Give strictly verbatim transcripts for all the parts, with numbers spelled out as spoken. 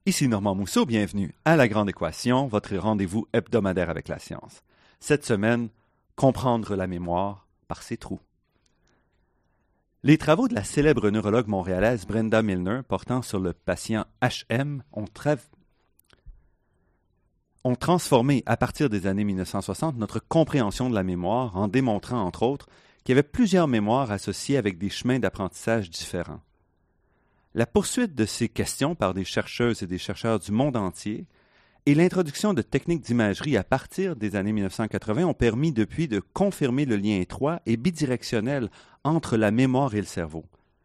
Ici Normand Mousseau, bienvenue à La Grande Équation, votre rendez-vous hebdomadaire avec la science. Cette semaine, comprendre la mémoire par ses trous. Les travaux de la célèbre neurologue montréalaise Brenda Milner portant sur le patient H M ont, tra- ont transformé à partir des années mille neuf cent soixante notre compréhension de la mémoire en démontrant entre autres qu'il y avait plusieurs mémoires associées avec des chemins d'apprentissage différents. La poursuite de ces questions par des chercheuses et des chercheurs du monde entier et l'introduction de techniques d'imagerie à partir des années mille neuf cent quatre-vingts ont permis depuis de confirmer le lien étroit et bidirectionnel entre la mémoire et le cerveau.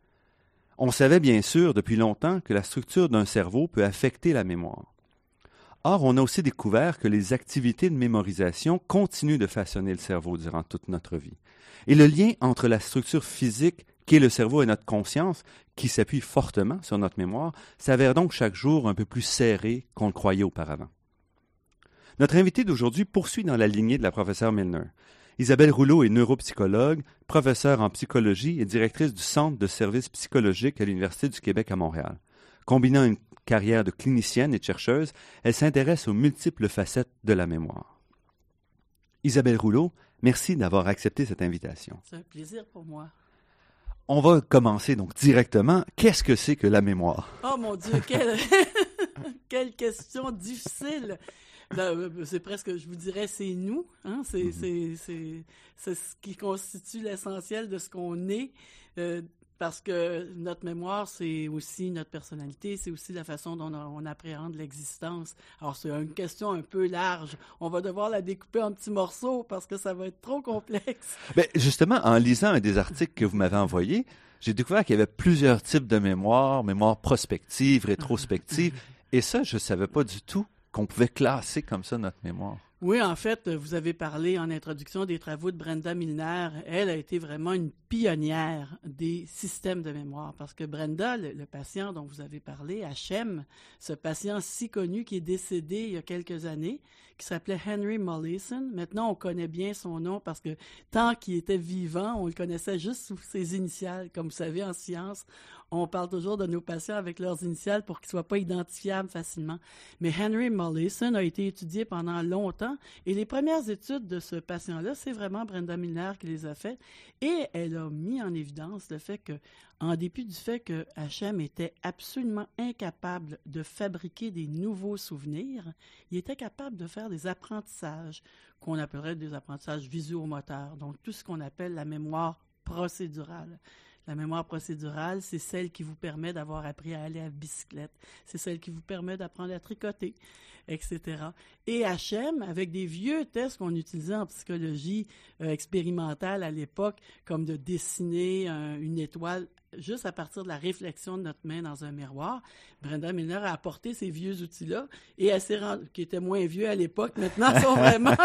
On savait bien sûr depuis longtemps que la structure d'un cerveau peut affecter la mémoire. Or, on a aussi découvert que les activités de mémorisation continuent de façonner le cerveau durant toute notre vie. Et le lien entre la structure physique qu'est le cerveau et notre conscience, qui s'appuie fortement sur notre mémoire, s'avère donc chaque jour un peu plus serré qu'on le croyait auparavant. Notre invitée d'aujourd'hui poursuit dans la lignée de la professeure Milner. Isabelle Rouleau est neuropsychologue, professeure en psychologie et directrice du Centre de services psychologiques à l'Université du Québec à Montréal. Combinant une carrière de clinicienne et de chercheuse, elle s'intéresse aux multiples facettes de la mémoire. Isabelle Rouleau, merci d'avoir accepté cette invitation. C'est un plaisir pour moi. On va commencer donc directement. Qu'est-ce que c'est que la mémoire? Oh mon Dieu, quelle, quelle question difficile! Là, c'est presque, je vous dirais, c'est nous. Hein? C'est, mm-hmm. c'est, c'est, c'est ce qui constitue l'essentiel de ce qu'on est. Euh, parce que notre mémoire, c'est aussi notre personnalité, c'est aussi la façon dont on appréhende l'existence. Alors, c'est une question un peu large. On va devoir la découper en petits morceaux parce que ça va être trop complexe. Bien, justement, en lisant un des articles que vous m'avez envoyés, j'ai découvert qu'il y avait plusieurs types de mémoire, mémoire prospective, rétrospective, et ça, je ne savais pas du tout qu'on pouvait classer comme ça notre mémoire. Oui, en fait, vous avez parlé en introduction des travaux de Brenda Milner. Elle a été vraiment une pionnière des systèmes de mémoire parce que Brenda, le, le patient dont vous avez parlé, H M, ce patient si connu qui est décédé il y a quelques années, qui s'appelait Henry Mollison. Maintenant, on connaît bien son nom parce que tant qu'il était vivant, on le connaissait juste sous ses initiales. Comme vous savez, en science, on parle toujours de nos patients avec leurs initiales pour qu'ils ne soient pas identifiables facilement. Mais Henry Mollison a été étudié pendant longtemps et les premières études de ce patient-là, c'est vraiment Brenda Milner qui les a faites et elle a mis en évidence le fait que, en dépit du fait que H M était absolument incapable de fabriquer des nouveaux souvenirs, il était capable de faire des apprentissages qu'on appellerait des apprentissages visuomoteurs, donc tout ce qu'on appelle la mémoire procédurale. La mémoire procédurale, c'est celle qui vous permet d'avoir appris à aller à la bicyclette. C'est celle qui vous permet d'apprendre à tricoter, et cetera. Et H M, avec des vieux tests qu'on utilisait en psychologie euh, expérimentale à l'époque, comme de dessiner un, une étoile juste à partir de la réflexion de notre main dans un miroir, Brenda Milner a apporté ces vieux outils-là et elle s'est rendue, qui étaient moins vieux à l'époque, maintenant sont vraiment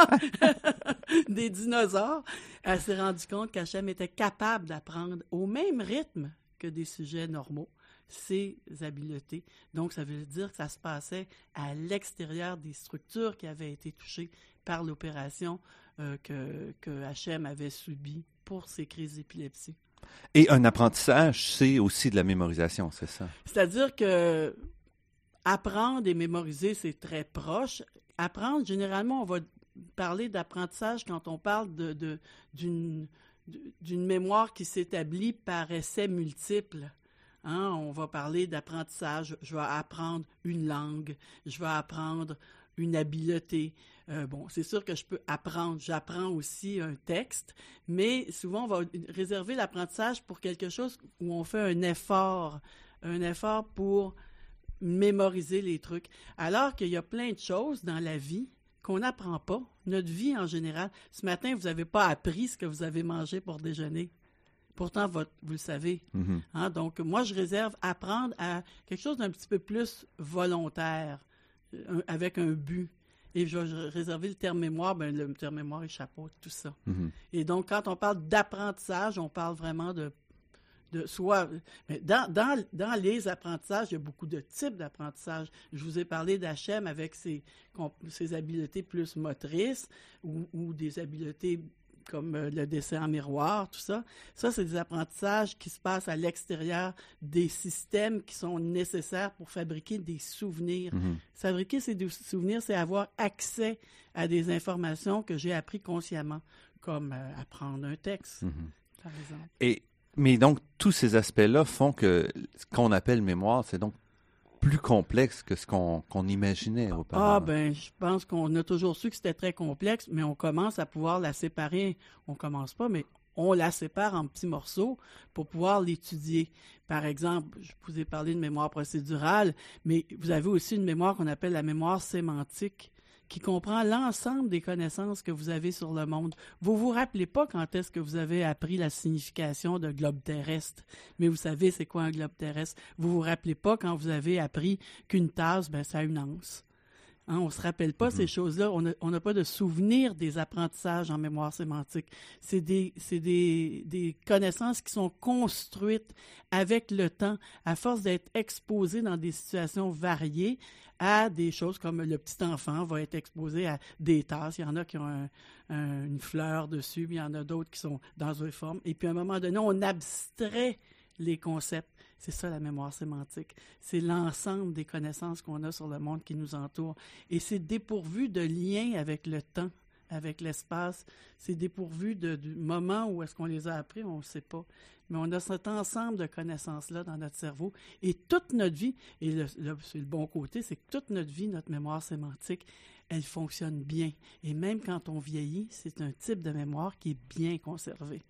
des dinosaures. Elle s'est rendue compte qu'H M était capable d'apprendre au même rythme que des sujets normaux ces habiletés. Donc, ça veut dire que ça se passait à l'extérieur des structures qui avaient été touchées par l'opération euh, que, que H M avait subie pour ses crises d'épilepsie. Et un apprentissage, c'est aussi de la mémorisation, c'est ça? C'est-à-dire que apprendre et mémoriser, c'est très proche. Apprendre, généralement, on va parler d'apprentissage quand on parle de, de, d'une, d'une mémoire qui s'établit par essais multiples. Hein? On va parler d'apprentissage. Je vais apprendre une langue, je vais apprendre une habileté. Euh, bon, c'est sûr que je peux apprendre. J'apprends aussi un texte, mais souvent, on va réserver l'apprentissage pour quelque chose où on fait un effort, un effort pour mémoriser les trucs. Alors qu'il y a plein de choses dans la vie qu'on n'apprend pas. Notre vie en général. Ce matin, vous n'avez pas appris ce que vous avez mangé pour déjeuner. Pourtant, votre, vous le savez. Mm-hmm. Hein? Donc, moi, je réserve apprendre à quelque chose d'un petit peu plus volontaire, un, avec un but. Et je vais réserver le terme mémoire, bien, le terme mémoire échapeau, tout ça. Mm-hmm. Et donc, quand on parle d'apprentissage, on parle vraiment de, de soit... Mais dans, dans, dans les apprentissages, il y a beaucoup de types d'apprentissage. Je vous ai parlé d'H M avec ses, ses habiletés plus motrices ou, ou des habiletés comme euh, le dessin en miroir, tout ça. Ça, c'est des apprentissages qui se passent à l'extérieur des systèmes qui sont nécessaires pour fabriquer des souvenirs. Mm-hmm. Fabriquer ces souvenirs, c'est avoir accès à des informations que j'ai apprises consciemment, comme euh, apprendre un texte, mm-hmm. par exemple. Et, mais donc, tous ces aspects-là font que ce qu'on appelle mémoire, c'est donc plus complexe que ce qu'on, qu'on imaginait auparavant. Ah, ben, je pense qu'on a toujours su que c'était très complexe, mais on commence à pouvoir la séparer. On commence pas, mais on la sépare en petits morceaux pour pouvoir l'étudier. Par exemple, je vous ai parlé de mémoire procédurale, mais vous avez aussi une mémoire qu'on appelle la mémoire sémantique, qui comprend l'ensemble des connaissances que vous avez sur le monde. Vous ne vous rappelez pas quand est-ce que vous avez appris la signification d'un globe terrestre, mais vous savez c'est quoi un globe terrestre. Vous ne vous rappelez pas quand vous avez appris qu'une tasse, ben, ça a une anse. Hein, on ne se rappelle pas mm-hmm. ces choses-là. On n'a pas de souvenir des apprentissages en mémoire sémantique. C'est des, c'est des, des connaissances qui sont construites avec le temps, à force d'être exposées dans des situations variées, à des choses comme le petit enfant va être exposé à des tasses. Il y en a qui ont un, un, une fleur dessus, puis il y en a d'autres qui sont dans une forme. Et puis à un moment donné, on abstrait les concepts. C'est ça la mémoire sémantique. C'est l'ensemble des connaissances qu'on a sur le monde qui nous entoure. Et c'est dépourvu de lien avec le temps, avec l'espace. C'est dépourvu de, du moment où est-ce qu'on les a appris, on ne sait pas. Mais on a cet ensemble de connaissances-là dans notre cerveau. Et toute notre vie, et le, le, c'est le bon côté, c'est que toute notre vie, notre mémoire sémantique, elle fonctionne bien. Et même quand on vieillit, c'est un type de mémoire qui est bien conservé.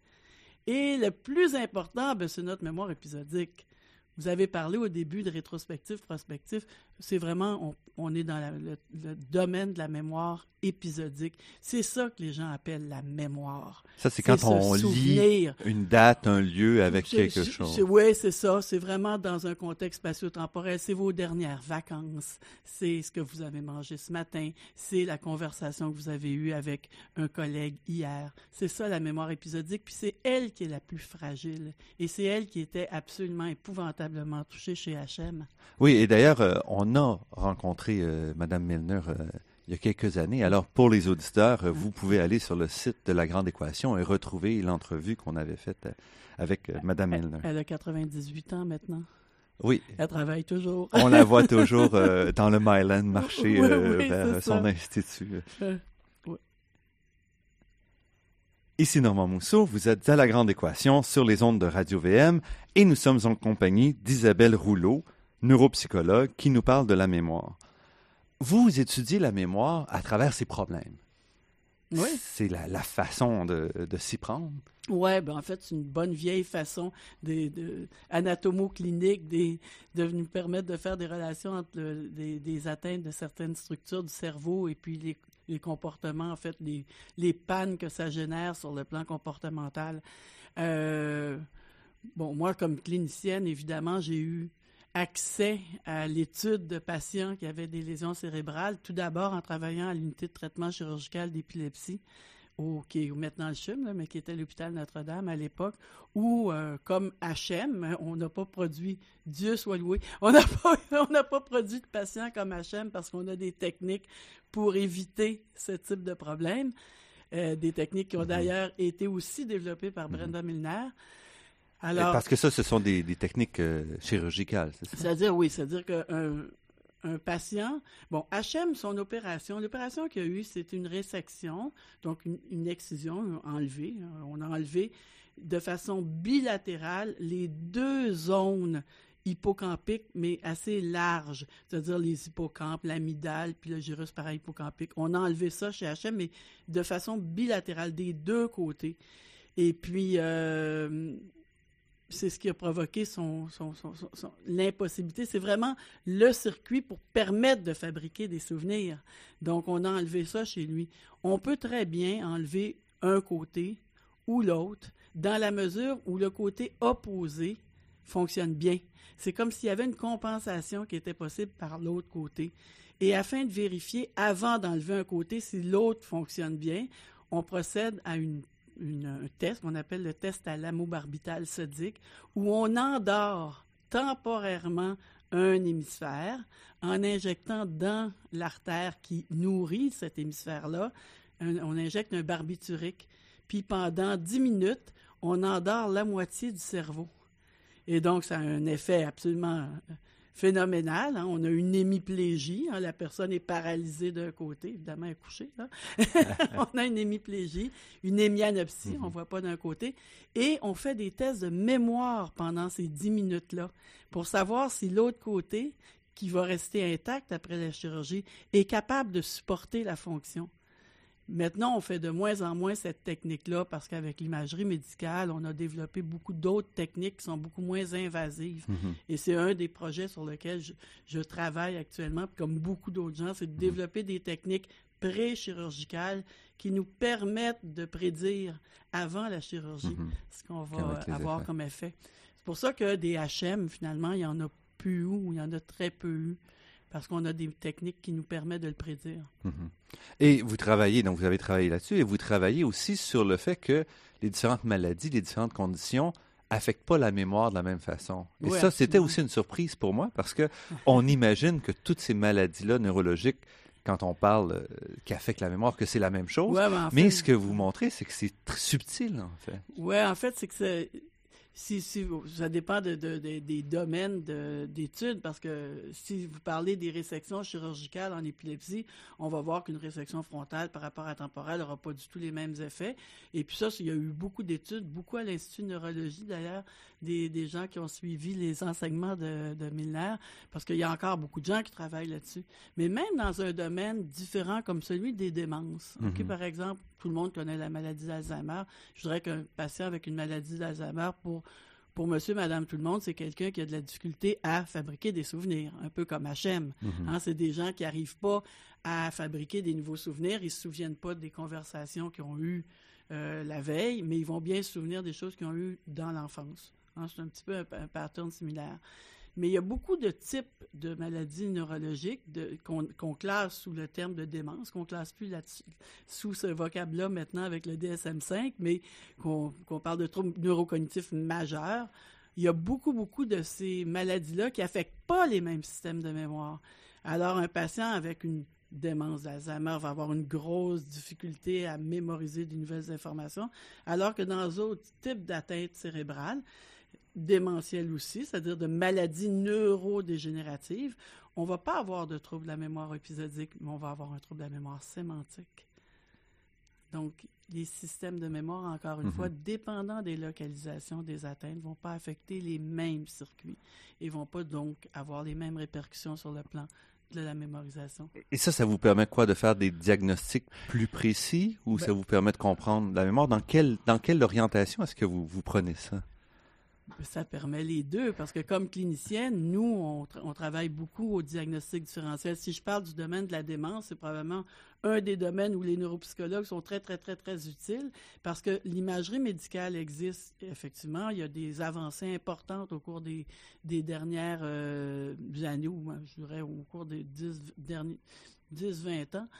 Et le plus important, bien, c'est notre mémoire épisodique. Vous avez parlé au début de rétrospectif, prospectif. C'est vraiment, on, on est dans la, le, le domaine de la mémoire épisodique. C'est ça que les gens appellent la mémoire. Ça, c'est, c'est quand on souvenir. lit une date, un lieu avec c'est, quelque c'est, chose. C'est, oui, c'est ça. C'est vraiment dans un contexte spatio-temporel. C'est vos dernières vacances. C'est ce que vous avez mangé ce matin. C'est la conversation que vous avez eue avec un collègue hier. C'est ça, la mémoire épisodique. Puis c'est elle qui est la plus fragile. Et c'est elle qui était absolument épouvantablement touchée chez H M. Oui, et d'ailleurs, euh, on a rencontré euh, Mme Milner euh, il y a quelques années. Alors, pour les auditeurs, euh, vous pouvez aller sur le site de La Grande Équation et retrouver l'entrevue qu'on avait faite euh, avec euh, Mme Milner. Elle a quatre-vingt-dix-huit ans maintenant. Oui. Elle travaille toujours. On la voit toujours euh, dans le Myland marcher euh, oui, oui, vers son ça. institut. Euh, oui. Ici Normand Mousseau, vous êtes à La Grande Équation sur les ondes de Radio-V M et nous sommes en compagnie d'Isabelle Rouleau, neuropsychologue, qui nous parle de la mémoire. Vous étudiez la mémoire à travers ses problèmes. Oui. C'est la, la façon de, de s'y prendre. Oui, ben en fait, c'est une bonne vieille façon de, de, anatomo-clinique de, de nous permettre de faire des relations entre le, des, des atteintes de certaines structures du cerveau et puis les, les comportements, en fait, les, les pannes que ça génère sur le plan comportemental. Euh, bon, moi, comme clinicienne, évidemment, j'ai eu accès à l'étude de patients qui avaient des lésions cérébrales, tout d'abord en travaillant à l'unité de traitement chirurgical d'épilepsie, au, qui est maintenant le C H U M, là, mais qui était l'hôpital Notre-Dame à l'époque, où, euh, comme H M, on n'a pas produit, Dieu soit loué, on n'a pas, on n'a pas produit de patients comme H M parce qu'on a des techniques pour éviter ce type de problème, euh, des techniques qui ont d'ailleurs été aussi développées par Brenda Milner. Alors, parce que ça, ce sont des, des techniques euh, chirurgicales, c'est ça? C'est-à-dire, oui, c'est-à-dire qu'un un patient, bon, H M, son opération, l'opération qu'il y a eu, c'est une résection, donc une, une excision enlevée. On a enlevé de façon bilatérale les deux zones hippocampiques, mais assez larges, c'est-à-dire les hippocampes, l'amygdale, puis le gyrus para-hippocampique. On a enlevé ça chez H M, mais de façon bilatérale, des deux côtés. Et puis, euh, c'est ce qui a provoqué son, son, son, son, son, l'impossibilité. C'est vraiment le circuit pour permettre de fabriquer des souvenirs. Donc, on a enlevé ça chez lui. On peut très bien enlever un côté ou l'autre dans la mesure où le côté opposé fonctionne bien. C'est comme s'il y avait une compensation qui était possible par l'autre côté. Et afin de vérifier, avant d'enlever un côté, si l'autre fonctionne bien, on procède à une Une, un test qu'on appelle le test à l'amobarbital sodique, où on endort temporairement un hémisphère en injectant dans l'artère qui nourrit cet hémisphère-là, un, on injecte un barbiturique. puis pendant dix minutes, on endort la moitié du cerveau. Et donc, ça a un effet absolument phénoménal. Hein. On a une hémiplégie. Hein. La personne est paralysée d'un côté, évidemment, elle est couchée. Là. On a une hémiplégie, une hémianopsie, mm-hmm. on ne voit pas d'un côté. Et on fait des tests de mémoire pendant ces dix minutes-là pour savoir si l'autre côté, qui va rester intact après la chirurgie, est capable de supporter la fonction. Maintenant, on fait de moins en moins cette technique-là parce qu'avec l'imagerie médicale, on a développé beaucoup d'autres techniques qui sont beaucoup moins invasives. Mm-hmm. Et c'est un des projets sur lesquels je, je travaille actuellement, comme beaucoup d'autres gens, c'est de mm-hmm. développer des techniques pré-chirurgicales qui nous permettent de prédire avant la chirurgie mm-hmm. ce qu'on va avoir effets. Comme effet. C'est pour ça que des H M, finalement, il y en a peu eu ou il y en a très peu eu. Parce qu'on a des techniques qui nous permettent de le prédire. Mm-hmm. Et vous travaillez, donc vous avez travaillé là-dessus, et vous travaillez aussi sur le fait que les différentes maladies, les différentes conditions n'affectent pas la mémoire de la même façon. Et oui, ça, absolument. C'était aussi une surprise pour moi, parce qu'on imagine que toutes ces maladies-là neurologiques, quand on parle euh, qui affectent la mémoire, que c'est la même chose. Ouais, mais, mais fait, ce que vous montrez, c'est que c'est très subtil, en fait. Oui, en fait, c'est que c'est... Si, si, ça dépend de, de, de, des domaines de, d'études, parce que si vous parlez des résections chirurgicales en épilepsie, on va voir qu'une résection frontale par rapport à temporale n'aura pas du tout les mêmes effets. Et puis ça, il y a eu beaucoup d'études, beaucoup à l'Institut de neurologie d'ailleurs, des, des gens qui ont suivi les enseignements de, de Milner, parce qu'il y a encore beaucoup de gens qui travaillent là-dessus. Mais même dans un domaine différent comme celui des démences, mm-hmm. okay, par exemple, tout le monde connaît la maladie d'Alzheimer. Je voudrais qu'un patient avec une maladie d'Alzheimer, pour, pour monsieur, madame, tout le monde, c'est quelqu'un qui a de la difficulté à fabriquer des souvenirs, un peu comme H M. Mm-hmm. Hein, c'est des gens qui n'arrivent pas à fabriquer des nouveaux souvenirs. Ils ne se souviennent pas des conversations qu'ils ont eues euh, la veille, mais ils vont bien se souvenir des choses qu'ils ont eues dans l'enfance. Hein, c'est un petit peu un, un pattern similaire. Mais il y a beaucoup de types de maladies neurologiques de, qu'on, qu'on classe sous le terme de démence, qu'on ne classe plus là sous ce vocable-là maintenant avec le D S M cinq, mais qu'on, qu'on parle de troubles neurocognitifs majeurs. Il y a beaucoup, beaucoup de ces maladies-là qui n'affectent pas les mêmes systèmes de mémoire. Alors, un patient avec une démence d'Alzheimer va avoir une grosse difficulté à mémoriser de nouvelles informations, alors que dans d'autres types d'atteintes cérébrales, démentielles aussi, c'est-à-dire de maladies neurodégénératives, on ne va pas avoir de trouble de la mémoire épisodique, mais on va avoir un trouble de la mémoire sémantique. Donc, les systèmes de mémoire, encore une mm-hmm. fois, dépendant des localisations des atteintes, ne vont pas affecter les mêmes circuits et ne vont pas donc avoir les mêmes répercussions sur le plan de la mémorisation. Et ça, ça vous permet quoi, de faire des diagnostics plus précis ou ben, ça vous permet de comprendre la mémoire? Dans quelle, dans quelle orientation est-ce que vous, vous prenez ça? Ça permet les deux, parce que comme clinicienne, nous, on, tra- on travaille beaucoup au diagnostic différentiel. Si je parle du domaine de la démence, c'est probablement un des domaines où les neuropsychologues sont très, très, très, très utiles, parce que l'imagerie médicale existe, effectivement. Il y a des avancées importantes au cours des, des dernières euh, années, ou je dirais au cours des dix, derniers, dix vingt ans.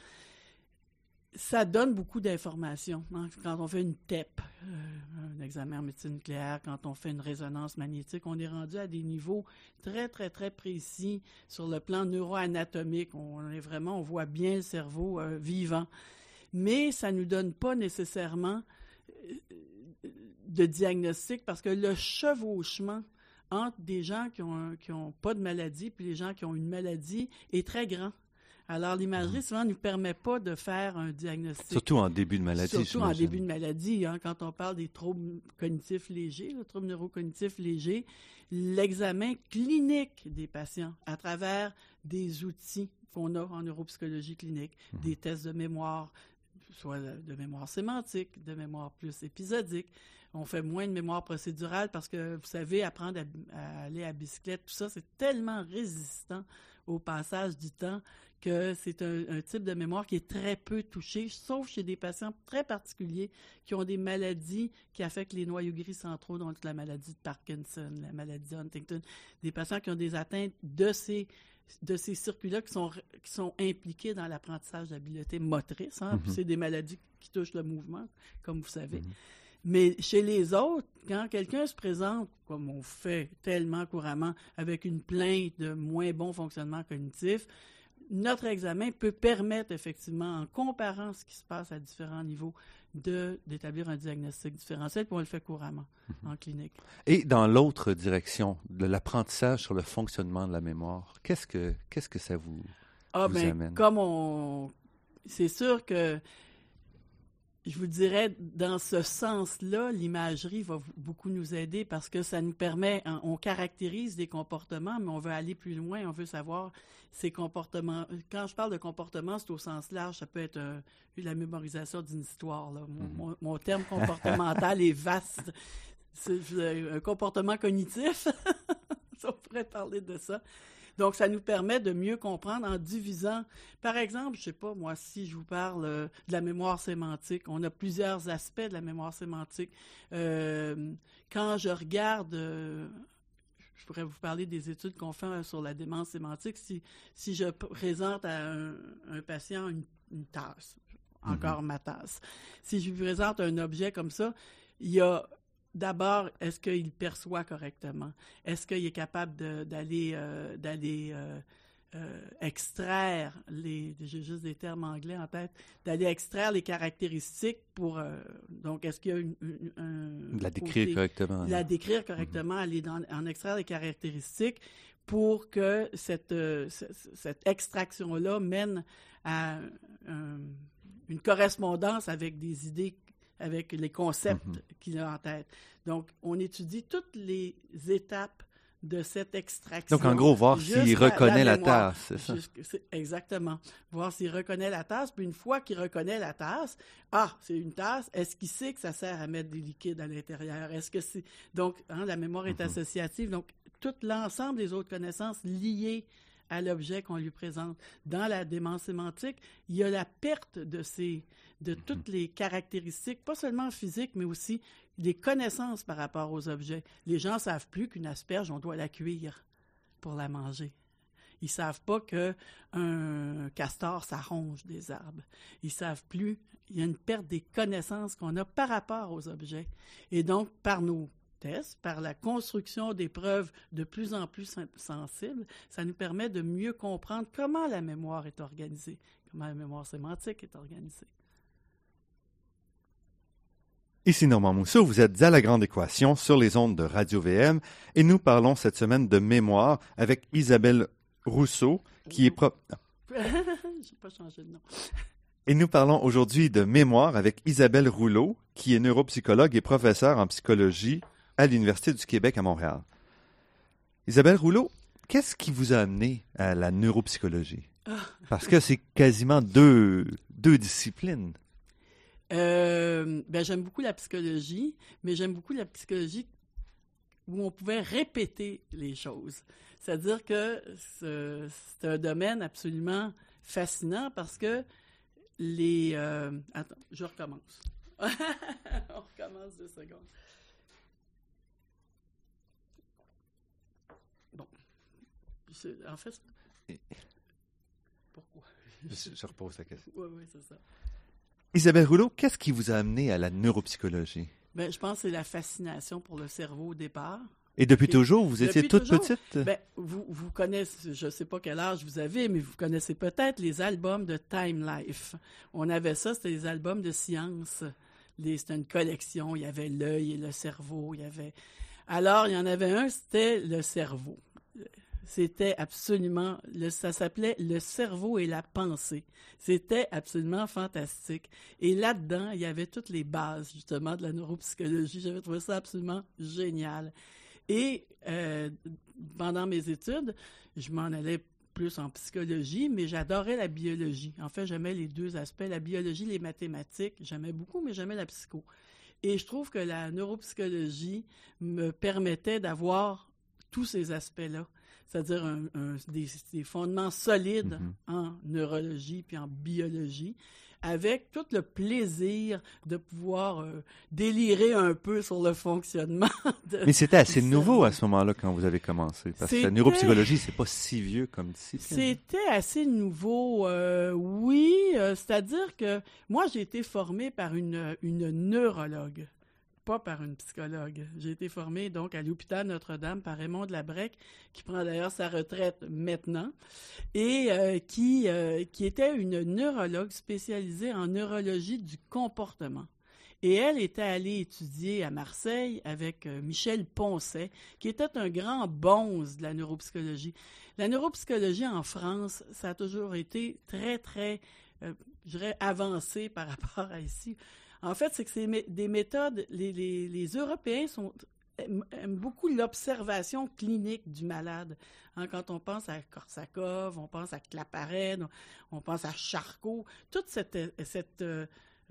Ça donne beaucoup d'informations. Hein. Quand on fait une T E P, euh, un examen en médecine nucléaire, quand on fait une résonance magnétique, on est rendu à des niveaux très, très, très précis sur le plan neuroanatomique. On est vraiment, on voit bien le cerveau euh, vivant. Mais ça ne nous donne pas nécessairement euh, de diagnostic parce que le chevauchement entre des gens qui ont, qui ont pas de maladie puis les gens qui ont une maladie est très grand. Alors, l'imagerie, souvent, ne nous permet pas de faire un diagnostic. Surtout en début de maladie, Surtout j'imagine. en début de maladie, hein, quand on parle des troubles cognitifs légers, les troubles neurocognitifs légers, l'examen clinique des patients à travers des outils qu'on a en neuropsychologie clinique, mmh. des tests de mémoire, soit de mémoire sémantique, de mémoire plus épisodique. On fait moins de mémoire procédurale parce que, vous savez, apprendre à, à aller à bicyclette, tout ça, c'est tellement résistant au passage du temps que c'est un, un type de mémoire qui est très peu touché, sauf chez des patients très particuliers qui ont des maladies qui affectent les noyaux gris centraux, donc la maladie de Parkinson, la maladie de Huntington, des patients qui ont des atteintes de ces de ces circuits-là qui sont, qui sont impliqués dans l'apprentissage d'habileté motrice. Hein, mm-hmm. C'est des maladies qui touchent le mouvement, comme vous savez. Mm-hmm. Mais chez les autres, quand quelqu'un se présente, comme on fait tellement couramment, avec une plainte de moins bon fonctionnement cognitif, notre examen peut permettre effectivement, en comparant ce qui se passe à différents niveaux, de, d'établir un diagnostic différentiel, puis on le fait couramment mm-hmm. en clinique. Et dans l'autre direction, de l'apprentissage sur le fonctionnement de la mémoire, qu'est-ce que, qu'est-ce que ça vous, ah, vous ben, amène? Comme on... C'est sûr que, je vous dirais, dans ce sens-là, l'imagerie va beaucoup nous aider parce que ça nous permet, on caractérise des comportements, mais on veut aller plus loin, on veut savoir ces comportements. Quand je parle de comportement, c'est au sens large, ça peut être euh, la mémorisation d'une histoire. Là. Mon, mm-hmm. mon, mon terme comportemental est vaste. C'est un comportement cognitif, on pourrait parler de ça. Donc, ça nous permet de mieux comprendre en divisant. Par exemple, je ne sais pas, moi, si je vous parle euh, de la mémoire sémantique, on a plusieurs aspects de la mémoire sémantique. Euh, quand je regarde, euh, je pourrais vous parler des études qu'on fait euh, sur la démence sémantique. Si, si je présente à un, un patient une, une tasse, encore mm-hmm. ma tasse, si je lui présente un objet comme ça, il y a... D'abord, est-ce qu'il perçoit correctement? Est-ce qu'il est capable de, d'aller, euh, d'aller euh, euh, extraire, les, j'ai juste des termes anglais en tête, d'aller extraire les caractéristiques pour... Euh, donc, est-ce qu'il y a une... une un, la décrire côté, correctement. La décrire correctement, mm-hmm. aller dans, en extraire les caractéristiques pour que cette, euh, cette extraction-là mène à euh, une correspondance avec des idées avec les concepts mm-hmm. qu'il a en tête. Donc, on étudie toutes les étapes de cette extraction. Donc, en gros, voir s'il reconnaît la, la tasse, c'est ça? Jusque, c'est, exactement. Voir s'il reconnaît la tasse, puis une fois qu'il reconnaît la tasse, ah, c'est une tasse, est-ce qu'il sait que ça sert à mettre des liquides à l'intérieur? Est-ce que c'est... Donc, hein, la mémoire est mm-hmm. associative. Donc, tout l'ensemble des autres connaissances liées à l'objet qu'on lui présente. Dans la démence sémantique, il y a la perte de ces, de mm-hmm. toutes les caractéristiques, pas seulement physiques, mais aussi les connaissances par rapport aux objets. Les gens ne savent plus qu'une asperge, on doit la cuire pour la manger. Ils ne savent pas qu'un castor, ça ronge des arbres. Ils ne savent plus. Il y a une perte des connaissances qu'on a par rapport aux objets. Et donc, par nos tests, par la construction des preuves de plus en plus sensibles, ça nous permet de mieux comprendre comment la mémoire est organisée, comment la mémoire sémantique est organisée. Ici Normand Mousseau, vous êtes à La Grande Équation sur les ondes de Radio-V M et nous parlons cette semaine de mémoire avec Isabelle Rousseau, qui est prof... J'ai pas changé de nom. Et nous parlons aujourd'hui de mémoire avec Isabelle Rouleau, qui est neuropsychologue et professeure en psychologie à l'Université du Québec à Montréal. Isabelle Rouleau, qu'est-ce qui vous a amené à la neuropsychologie? Parce que c'est quasiment deux, deux disciplines. Euh, ben, j'aime beaucoup la psychologie, mais j'aime beaucoup la psychologie où on pouvait répéter les choses. C'est-à-dire que c'est, c'est un domaine absolument fascinant parce que les... Euh, attends, je recommence. On recommence deux secondes. Bon. C'est, en fait, c'est... Pourquoi? Je, je repose la question. Oui, oui, c'est ça. Isabelle Rouleau, qu'est-ce qui vous a amené à la neuropsychologie? Bien, je pense que c'est la fascination pour le cerveau au départ. Et depuis Et toujours, vous étiez toute toujours, petite? Bien, vous, vous connaissez, je ne sais pas quel âge vous avez, mais vous connaissez peut-être les albums de Time Life. On avait ça, c'était des albums de science. Les, c'était une collection, il y avait l'œil et le cerveau. Il y avait... Alors, il y en avait un, c'était le cerveau. C'était absolument, le, ça s'appelait « Le cerveau et la pensée ». C'était absolument fantastique. Et là-dedans, il y avait toutes les bases, justement, de la neuropsychologie. J'avais trouvé ça absolument génial. Et euh, pendant mes études, je m'en allais plus en psychologie, mais j'adorais la biologie. En fait, j'aimais les deux aspects, la biologie, les mathématiques. J'aimais beaucoup, mais j'aimais la psycho. Et je trouve que la neuropsychologie me permettait d'avoir tous ces aspects-là. C'est-à-dire un, un, des, des fondements solides mm-hmm. en neurologie puis en biologie, avec tout le plaisir de pouvoir euh, délirer un peu sur le fonctionnement. De, Mais c'était assez nouveau à ce moment-là quand vous avez commencé, parce c'était, que la neuropsychologie, c'est pas si vieux comme discipline. C'était assez nouveau, euh, oui. Euh, c'est-à-dire que moi, j'ai été formée par une, une neurologue. pas par une psychologue. J'ai été formée donc à l'hôpital Notre-Dame par Raymond de Labrec, qui prend d'ailleurs sa retraite maintenant, et euh, qui, euh, qui était une neurologue spécialisée en neurologie du comportement. Et elle était allée étudier à Marseille avec euh, Michel Poncet, qui était un grand bonze de la neuropsychologie. La neuropsychologie en France, ça a toujours été très, très, euh, je dirais, avancé par rapport à ici. En fait, c'est que c'est mé- des méthodes, les, les, les Européens sont, aiment, aiment beaucoup l'observation clinique du malade. Hein, quand on pense à Korsakov, on pense à Claparède, on, on pense à Charcot, toute cette... cette euh,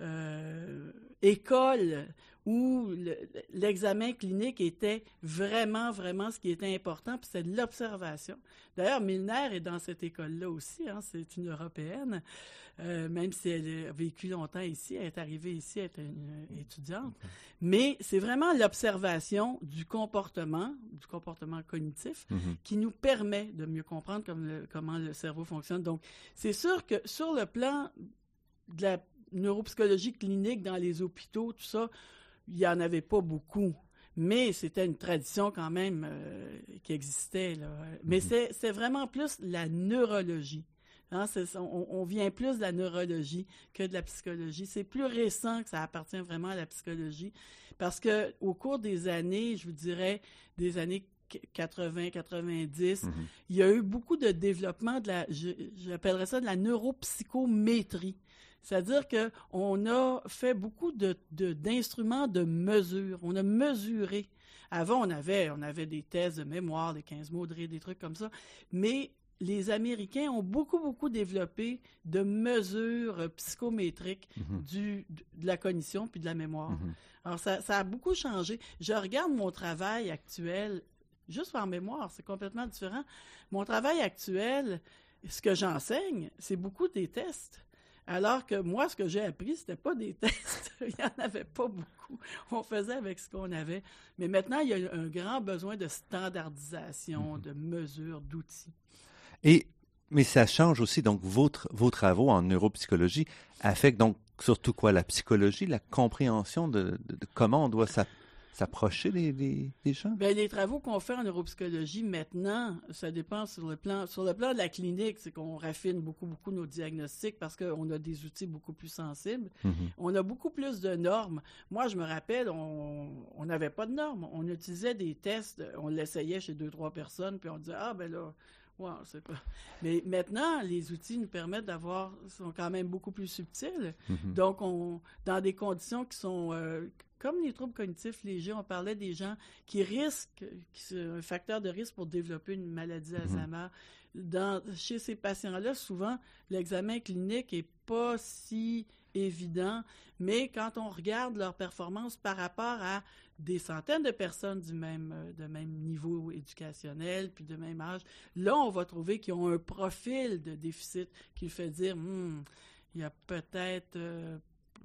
Euh, école où le, l'examen clinique était vraiment, vraiment ce qui était important, puis c'est de l'observation. D'ailleurs, Milner est dans cette école-là aussi, hein, c'est une Européenne, euh, même si elle a vécu longtemps ici, elle est arrivée ici, elle était une étudiante. Okay. Mais c'est vraiment l'observation du comportement, du comportement cognitif, mm-hmm. qui nous permet de mieux comprendre comme le, comment le cerveau fonctionne. Donc, c'est sûr que sur le plan de la neuropsychologie clinique dans les hôpitaux, tout ça, il n'y en avait pas beaucoup. Mais c'était une tradition quand même euh, qui existait, là. Mais mm-hmm. c'est, c'est vraiment plus la neurologie. Hein, c'est, on, on vient plus de la neurologie que de la psychologie. C'est plus récent que ça appartient vraiment à la psychologie. Parce qu'au cours des années, je vous dirais, des années quatre-vingts quatre-vingt-dix, mm-hmm. il y a eu beaucoup de développement de la, je, j'appellerais ça de la neuropsychométrie. C'est-à-dire qu'on a fait beaucoup de, de, d'instruments de mesure. On a mesuré. Avant, on avait, on avait des tests de mémoire, des quinze mots de rire, des trucs comme ça. Mais les Américains ont beaucoup, beaucoup développé de mesures psychométriques mm-hmm. du, de la cognition puis de la mémoire. Mm-hmm. Alors, ça, ça a beaucoup changé. Je regarde mon travail actuel, juste en mémoire, c'est complètement différent. Mon travail actuel, ce que j'enseigne, c'est beaucoup des tests. Alors que moi, ce que j'ai appris, c'était pas des tests. Il n'y en avait pas beaucoup. On faisait avec ce qu'on avait. Mais maintenant, il y a un grand besoin de standardisation, mm-hmm. de mesures, d'outils. Et, mais ça change aussi, donc, vos, vos travaux en neuropsychologie affectent donc surtout quoi? La psychologie, la compréhension de, de, de comment on doit s'approcher s'approcher des, des, des gens? Bien, les travaux qu'on fait en neuropsychologie maintenant, ça dépend sur le plan, sur le plan de la clinique, c'est qu'on raffine beaucoup, beaucoup nos diagnostics parce qu'on a des outils beaucoup plus sensibles. Mm-hmm. On a beaucoup plus de normes. Moi, je me rappelle, on n'avait pas de normes. On utilisait des tests, on l'essayait chez deux, trois personnes, puis on disait, ah, ben là, wow, c'est pas... Mais maintenant, les outils nous permettent d'avoir, sont quand même beaucoup plus subtils. Mm-hmm. Donc, on, dans des conditions qui sont... Euh, comme les troubles cognitifs légers, on parlait des gens qui risquent, qui c'est un facteur de risque pour développer une maladie d'Alzheimer. Mm-hmm. Dans, chez ces patients-là, souvent, l'examen clinique n'est pas si évident, mais quand on regarde leur performance par rapport à des centaines de personnes du même, de même niveau éducationnel, puis de même âge, là, on va trouver qu'ils ont un profil de déficit qui fait dire, hm, il y a peut-être... Euh,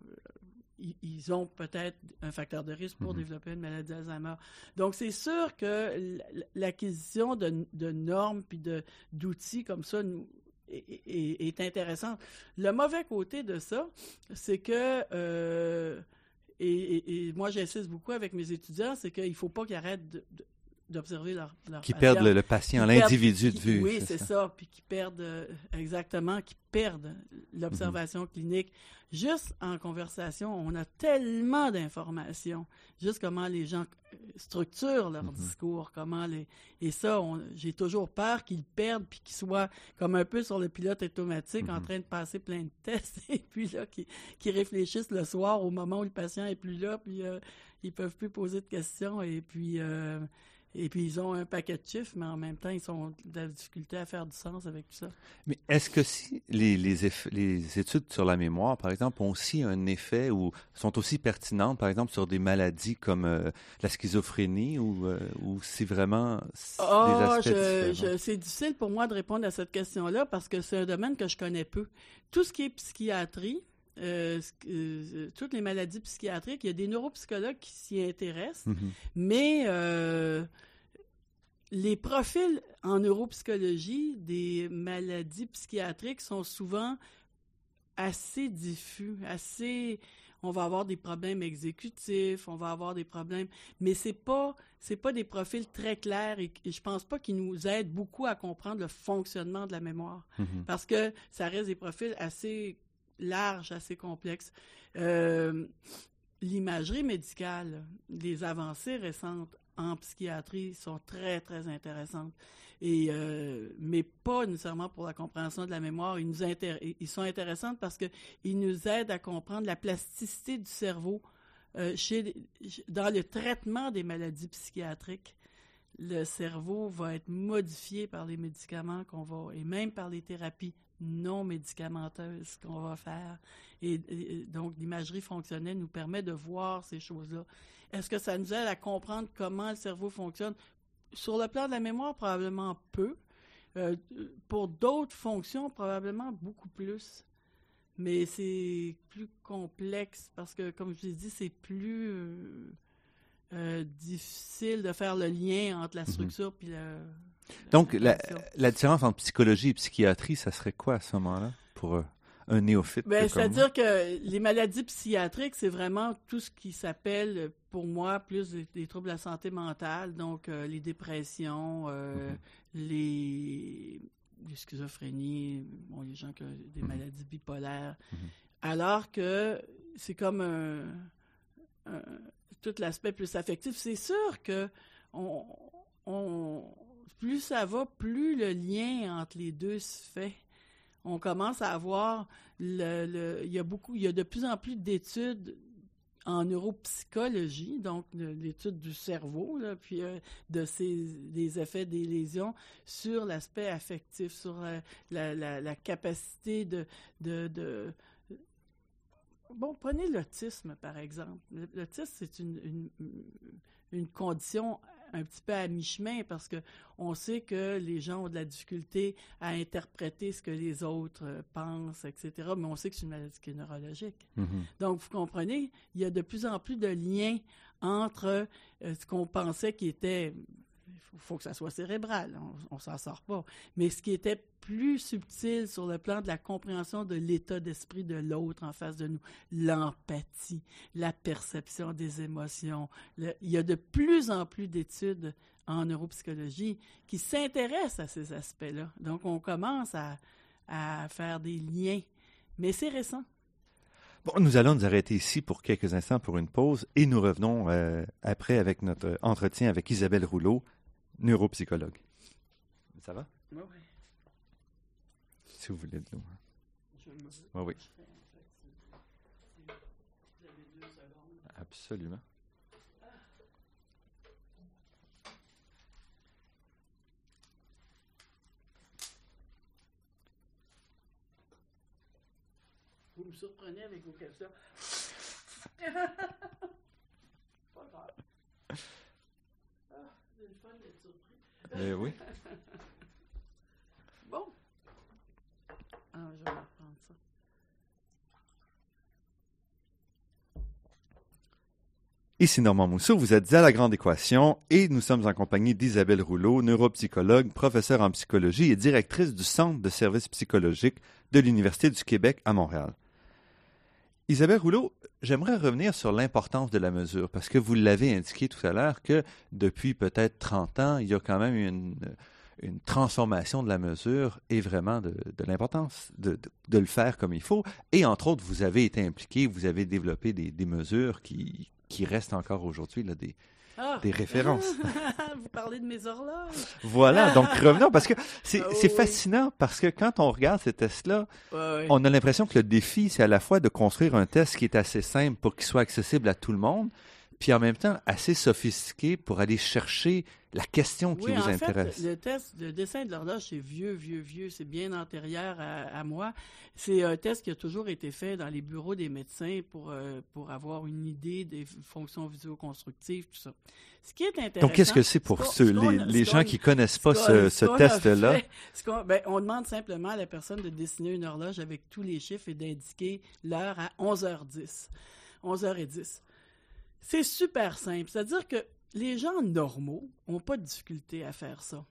ils ont peut-être un facteur de risque pour mm-hmm. développer une maladie d'Alzheimer. Donc, c'est sûr que l'acquisition de, de normes puis de, d'outils comme ça nous, est, est, est intéressante. Le mauvais côté de ça, c'est que, euh, et, et, et moi, j'insiste beaucoup avec mes étudiants, c'est qu'il ne faut pas qu'ils arrêtent de, de d'observer leur, leur qui patient. Perdent le, le patient, qui l'individu perdent, de vue. Oui, c'est ça. ça. Puis qui perdent, euh, exactement, qui perdent l'observation mm-hmm. clinique. Juste en conversation, on a tellement d'informations. Juste comment les gens structurent leur mm-hmm. discours, comment les... Et ça, on, j'ai toujours peur qu'ils perdent puis qu'ils soient comme un peu sur le pilote automatique mm-hmm. en train de passer plein de tests et puis là, qu'ils, qu'ils réfléchissent le soir au moment où le patient est plus là puis euh, ils peuvent plus poser de questions et puis... Euh, Et puis, ils ont un paquet de chiffres, mais en même temps, ils ont de la difficulté à faire du sens avec tout ça. Mais est-ce que si les, les, eff- les études sur la mémoire, par exemple, ont aussi un effet ou sont aussi pertinentes, par exemple, sur des maladies comme euh, la schizophrénie ou, euh, ou si vraiment oh, des aspects je, différents? Je, c'est difficile pour moi de répondre à cette question-là parce que c'est un domaine que je connais peu. Tout ce qui est psychiatrie, Euh, euh, toutes les maladies psychiatriques, il y a des neuropsychologues qui s'y intéressent, mm-hmm. mais euh, les profils en neuropsychologie des maladies psychiatriques sont souvent assez diffus, assez... on va avoir des problèmes exécutifs, on va avoir des problèmes, mais c'est pas c'est pas des profils très clairs et, et je pense pas qu'ils nous aident beaucoup à comprendre le fonctionnement de la mémoire, mm-hmm. parce que ça reste des profils assez larges, assez complexes. Euh, l'imagerie médicale, les avancées récentes en psychiatrie sont très, très intéressantes. Et, euh, mais pas nécessairement pour la compréhension de la mémoire. Ils, nous intér- ils sont intéressantes parce qu'ils nous aident à comprendre la plasticité du cerveau euh, chez, dans le traitement des maladies psychiatriques. Le cerveau va être modifié par les médicaments qu'on va, et même par les thérapies non médicamenteuses qu'on va faire. Et, et donc, l'imagerie fonctionnelle nous permet de voir ces choses-là. Est-ce que ça nous aide à comprendre comment le cerveau fonctionne? Sur le plan de la mémoire, probablement peu. Euh, pour d'autres fonctions, probablement beaucoup plus. Mais c'est plus complexe parce que, comme je vous ai dit, c'est plus euh, euh, difficile de faire le lien entre la structure mm-hmm. puis le... Donc, la, la différence entre psychologie et psychiatrie, ça serait quoi à ce moment-là pour euh, un néophyte? Ben, c'est-à-dire que les maladies psychiatriques, c'est vraiment tout ce qui s'appelle, pour moi, plus des, des troubles de la santé mentale, donc euh, les dépressions, euh, mm-hmm. les, les schizophrénies, bon, les gens qui ont des mm-hmm. maladies bipolaires, mm-hmm. alors que c'est comme un, un, tout l'aspect plus affectif. C'est sûr que on, on plus ça va, plus le lien entre les deux se fait. On commence à avoir, le, le, il y a beaucoup, il y a de plus en plus d'études en neuropsychologie, donc de, l'étude du cerveau, là, puis euh, de ces, des effets des lésions sur l'aspect affectif, sur euh, la, la, la capacité de, de, de... Bon, prenez l'autisme, par exemple. L'autisme, c'est une, une, une condition un petit peu à mi-chemin parce qu'on sait que les gens ont de la difficulté à interpréter ce que les autres euh, pensent, et cetera, mais on sait que c'est une maladie qui est neurologique. Mm-hmm. Donc, vous comprenez, il y a de plus en plus de liens entre euh, ce qu'on pensait qui était... Il faut que ça soit cérébral, on ne s'en sort pas. Mais ce qui était plus subtil sur le plan de la compréhension de l'état d'esprit de l'autre en face de nous, l'empathie, la perception des émotions. Le, il y a de plus en plus d'études en neuropsychologie qui s'intéressent à ces aspects-là. Donc, on commence à, à faire des liens, mais c'est récent. Bon, nous allons nous arrêter ici pour quelques instants pour une pause et nous revenons euh, après avec notre entretien avec Isabelle Rouleau, neuropsychologue. Ça va? Oui, oui. Si vous voulez de l'eau. Hein. Je me... Oui, oui. Vous avez deux secondes. Absolument. Vous me surprenez avec vos questions. Pas grave. Ah, c'est le fun d'être surpris. Mais oui. Bon. Ah, je vais reprendre ça. Ici Normand Mousseau, vous êtes à La Grande Équation et nous sommes en compagnie d'Isabelle Rouleau, neuropsychologue, professeure en psychologie et directrice du Centre de services psychologiques de l'Université du Québec à Montréal. Isabelle Rouleau, j'aimerais revenir sur l'importance de la mesure, parce que vous l'avez indiqué tout à l'heure que depuis peut-être trente ans, il y a quand même une, une transformation de la mesure et vraiment de, de l'importance de, de, de le faire comme il faut. Et entre autres, vous avez été impliqué, vous avez développé des, des mesures qui, qui restent encore aujourd'hui là, des, ah. des références. Vous parlez de mes horloges. Voilà, donc revenons, parce que c'est, oh, c'est oui. fascinant, parce que quand on regarde ces tests-là, ouais, oui. on a l'impression que le défi, c'est à la fois de construire un test qui est assez simple pour qu'il soit accessible à tout le monde, puis en même temps assez sophistiqué pour aller chercher la question qui oui, vous en intéresse. Fait, le test, le dessin de l'horloge, c'est vieux, vieux, vieux, c'est bien antérieur à, à moi. C'est un test qui a toujours été fait dans les bureaux des médecins pour, euh, pour avoir une idée des fonctions visio-constructives, tout ça. Ce qui est intéressant... Donc, qu'est-ce que c'est pour ce ceux, les, les gens qui ne connaissent pas ce, ce, ce test-là? Fait, ce qu'on, ben, on demande simplement à la personne de dessiner une horloge avec tous les chiffres et d'indiquer l'heure à onze heures dix. onze heures dix. C'est super simple. C'est-à-dire que les gens normaux n'ont pas de difficulté à faire ça.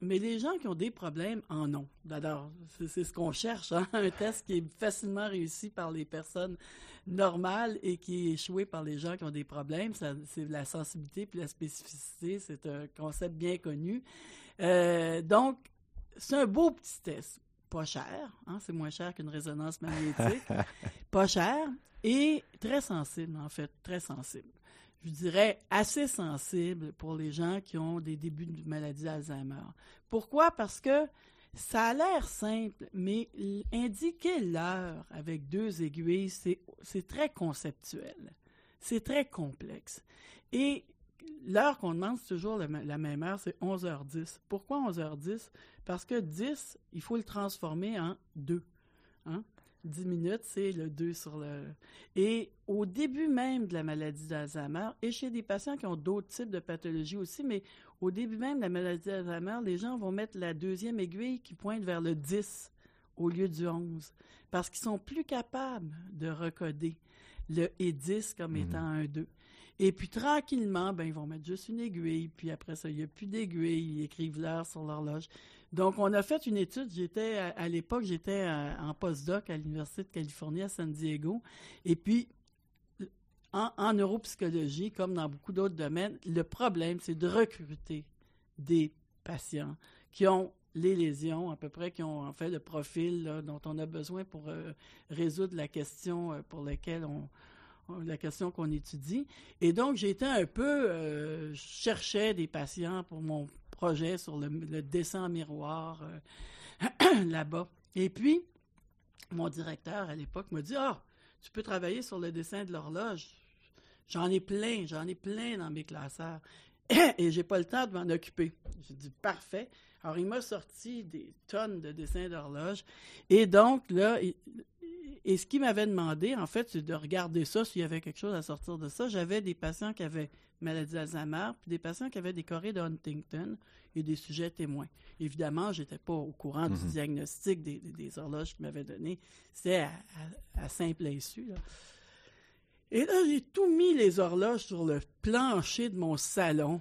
mais les gens qui ont des problèmes en ont. D'abord, c'est, c'est ce qu'on cherche, hein? Un test qui est facilement réussi par les personnes normales et qui est échoué par les gens qui ont des problèmes. Ça, c'est la sensibilité puis la spécificité, c'est un concept bien connu. Euh, donc, c'est un beau petit test. Pas cher, hein? C'est moins cher qu'une résonance magnétique. Pas cher et très sensible, en fait, très sensible. Je dirais assez sensible pour les gens qui ont des débuts de maladie d'Alzheimer. Pourquoi? Parce que ça a l'air simple, mais indiquer l'heure avec deux aiguilles, c'est, c'est très conceptuel. C'est très complexe. Et l'heure qu'on demande, c'est toujours la, la même heure, c'est onze heures dix. Pourquoi onze heures dix? Parce que dix, il faut le transformer en deux. Hein? dix minutes, c'est le deux sur le... Et au début même de la maladie d'Alzheimer, et chez des patients qui ont d'autres types de pathologies aussi, mais au début même de la maladie d'Alzheimer, les gens vont mettre la deuxième aiguille qui pointe vers le dix au lieu du onze, parce qu'ils sont plus capables de recoder le et dix comme étant un deux. Et puis, tranquillement, ben, ils vont mettre juste une aiguille, puis après ça, il n'y a plus d'aiguille, ils écrivent l'heure sur l'horloge. Donc, on a fait une étude, j'étais, à, à l'époque, j'étais à, en postdoc à l'Université de Californie à San Diego, et puis, en, en neuropsychologie, comme dans beaucoup d'autres domaines, le problème, c'est de recruter des patients qui ont les lésions, à peu près, qui ont en fait le profil là, dont on a besoin pour euh, résoudre la question euh, pour laquelle on... la question qu'on étudie. Et donc, j'ai été un peu... Euh, je cherchais des patients pour mon projet sur le, le dessin en miroir euh, là-bas. Et puis, mon directeur, à l'époque, m'a dit « Ah, tu peux travailler sur le dessin de l'horloge. J'en ai plein, j'en ai plein dans mes classeurs. Et j'ai pas le temps de m'en occuper. » J'ai dit « Parfait. » Alors, il m'a sorti des tonnes de dessins d'horloge. Et donc, là... Il, Et ce qu'il m'avait demandé, en fait, c'est de regarder ça, s'il y avait quelque chose à sortir de ça. J'avais des patients qui avaient maladie d'Alzheimer, puis des patients qui avaient des chorées de Huntington et des sujets témoins. Évidemment, je n'étais pas au courant mm-hmm. du diagnostic des, des, des horloges qu'il m'avait donné. C'était à, à, à simple insu, là. Et là, j'ai tout mis les horloges sur le plancher de mon salon.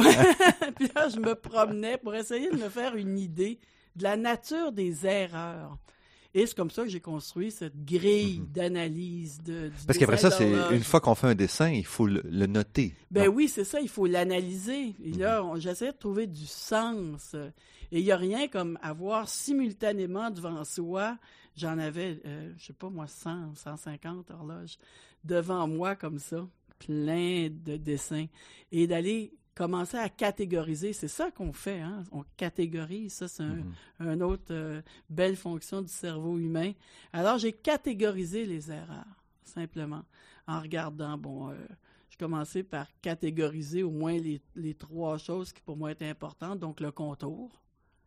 Puis là, je me promenais pour essayer de me faire une idée de la nature des erreurs. Et c'est comme ça que j'ai construit cette grille mm-hmm. d'analyse de, du Parce qu'après ça, c'est une fois qu'on fait un dessin, il faut le, le noter. Ben non? Oui, c'est ça, il faut l'analyser. Et mm-hmm. là, on, j'essayais de trouver du sens. Et il n'y a rien comme avoir simultanément devant soi, j'en avais, euh, je sais pas moi, cent, cent cinquante horloges devant moi comme ça, plein de dessins. Et d'aller... commencer à catégoriser, c'est ça qu'on fait, hein? On catégorise, ça c'est un, mm-hmm. une autre euh, belle fonction du cerveau humain. Alors j'ai catégorisé les erreurs, simplement, en regardant, bon, euh, je commençais par catégoriser au moins les, les trois choses qui pour moi étaient importantes, donc le contour,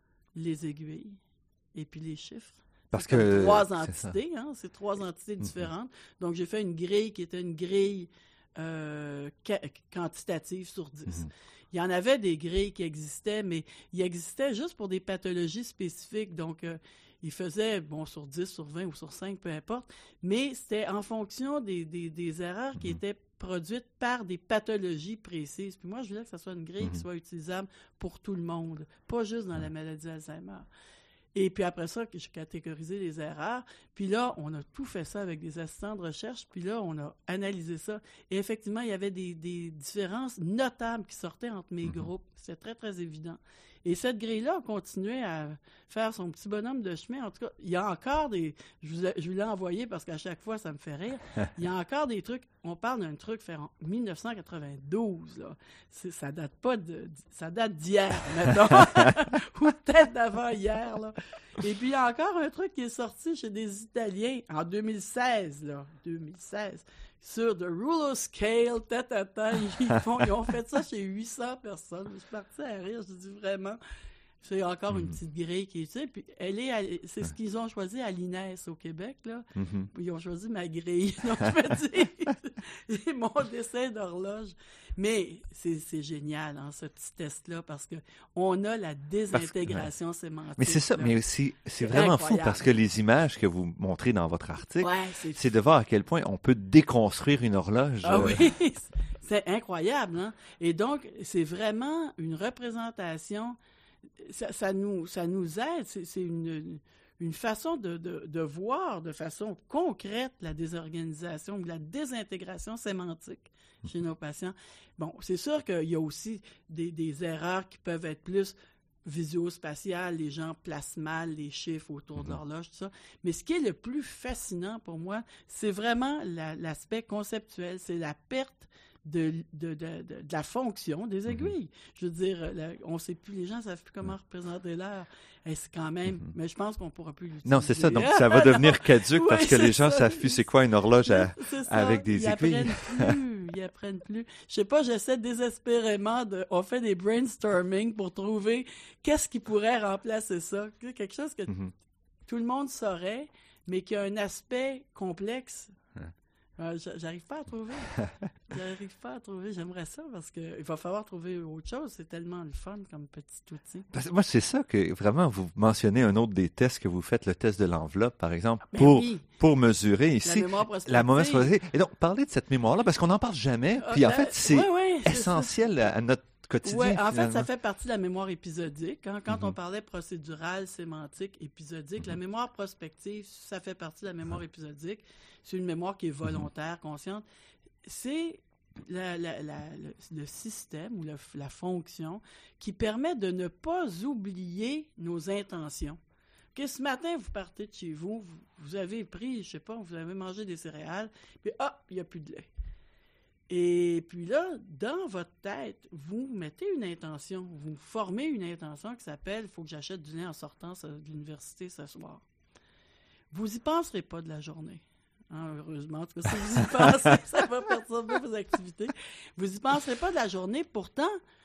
les aiguilles et puis les chiffres. Parce c'est que trois entités, c'est, hein? C'est trois entités mm-hmm. différentes. Donc j'ai fait une grille qui était une grille Euh, ca- quantitative sur dix. Mm-hmm. Il y en avait des grilles qui existaient, mais ils existaient juste pour des pathologies spécifiques. Donc, euh, ils faisaient, bon, sur dix, sur vingt ou sur cinq, peu importe, mais c'était en fonction des, des, des erreurs mm-hmm. qui étaient produites par des pathologies précises. Puis moi, je voulais que ça soit une grille mm-hmm. qui soit utilisable pour tout le monde, pas juste dans mm-hmm. la maladie d'Alzheimer. Et puis après ça, j'ai catégorisé les erreurs. Puis là, on a tout fait ça avec des assistants de recherche. Puis là, on a analysé ça. Et effectivement, il y avait des, des différences notables qui sortaient entre mes mm-hmm. groupes. C'était très, très évident. Et cette grille-là a continué à faire son petit bonhomme de chemin. En tout cas, il y a encore des... Je vous, je vous l'ai envoyé parce qu'à chaque fois, ça me fait rire. Il y a encore des trucs... On parle d'un truc fait en dix-neuf cent quatre-vingt-douze, là. C'est, ça date pas de... Ça date d'hier, mettons. Ou peut-être d'avant-hier, là. Et puis, il y a encore un truc qui est sorti chez des Italiens en deux mille seize, là. deux mille seize. Sur The Ruler Scale, tata, ils, font, ils ont fait ça chez huit cents personnes. Je suis partie à rire, je dis vraiment, c'est encore mm-hmm. une petite grille qui est utile. Puis elle est, à, c'est ce qu'ils ont choisi à l'I N E S au Québec, là. Mm-hmm. Ils ont choisi ma grille. Donc, je me dis, mon dessin d'horloge. Mais c'est, c'est génial, hein, ce petit test-là, parce qu'on a la désintégration que, ouais. sémantique. Mais c'est ça, là. mais c'est, c'est, c'est vraiment incroyable. Fou, parce que les images que vous montrez dans votre article, ouais, c'est, c'est de voir à quel point on peut déconstruire une horloge. Ah euh... oui, c'est incroyable, hein? Et donc, c'est vraiment une représentation ça, ça, nous, ça nous aide. C'est, c'est une, une façon de, de, de voir de façon concrète la désorganisation ou la désintégration sémantique chez nos patients. Bon, c'est sûr qu'il y a aussi des, des erreurs qui peuvent être plus visio-spatiales, les gens placent mal les chiffres autour mm-hmm. de l'horloge, tout ça. Mais ce qui est le plus fascinant pour moi, c'est vraiment la, l'aspect conceptuel, c'est la perte De, de, de, de, de la fonction des aiguilles. Mm-hmm. Je veux dire, la, on ne sait plus, les gens ne savent plus comment mm-hmm. représenter l'heure. Et c'est quand même, mm-hmm. mais je pense qu'on ne pourra plus l'utiliser. Non, c'est ça, donc ça va devenir caduque parce oui, que les gens ne savent plus c'est quoi une horloge à, avec des Ils aiguilles. Ils apprennent plus, ils apprennent plus. Je sais pas, j'essaie désespérément, de, on fait des brainstorming pour trouver qu'est-ce qui pourrait remplacer ça. Quelque chose que mm-hmm. tout le monde saurait, mais qui a un aspect complexe. Euh, j'arrive pas à trouver. J'arrive pas à trouver. J'aimerais ça parce qu'il va falloir trouver autre chose. C'est tellement le fun comme petit outil. Parce que moi, c'est ça que vraiment, vous mentionnez un autre des tests que vous faites, le test de l'enveloppe, par exemple, ben pour, oui. pour mesurer ici la mémoire prospective. La mauvaise prospective. Et donc, parlez de cette mémoire-là parce qu'on n'en parle jamais. Puis, en fait, c'est ouais, ouais, essentiel à, à notre quotidien. Oui, en finalement. fait, ça fait partie de la mémoire épisodique. Hein. Quand mm-hmm. on parlait procédurale, sémantique, épisodique, mm-hmm. la mémoire prospective, ça fait partie de la mémoire mm-hmm. épisodique. C'est une mémoire qui est volontaire, mm-hmm. consciente. C'est la, la, la, le, le système ou la, la fonction qui permet de ne pas oublier nos intentions. Que ce matin, vous partez de chez vous, vous, vous avez pris, je sais pas, vous avez mangé des céréales, puis ah, il n'y a plus de lait. Et puis là, dans votre tête, vous mettez une intention, vous formez une intention qui s'appelle « Il faut que j'achète du lait en sortant de l'université ce soir ». Vous n'y penserez pas de la journée. Hein, heureusement, en tout cas, si vous y pensez, ça va perturber vos activités. Vous n'y penserez pas de la journée. Pourtant,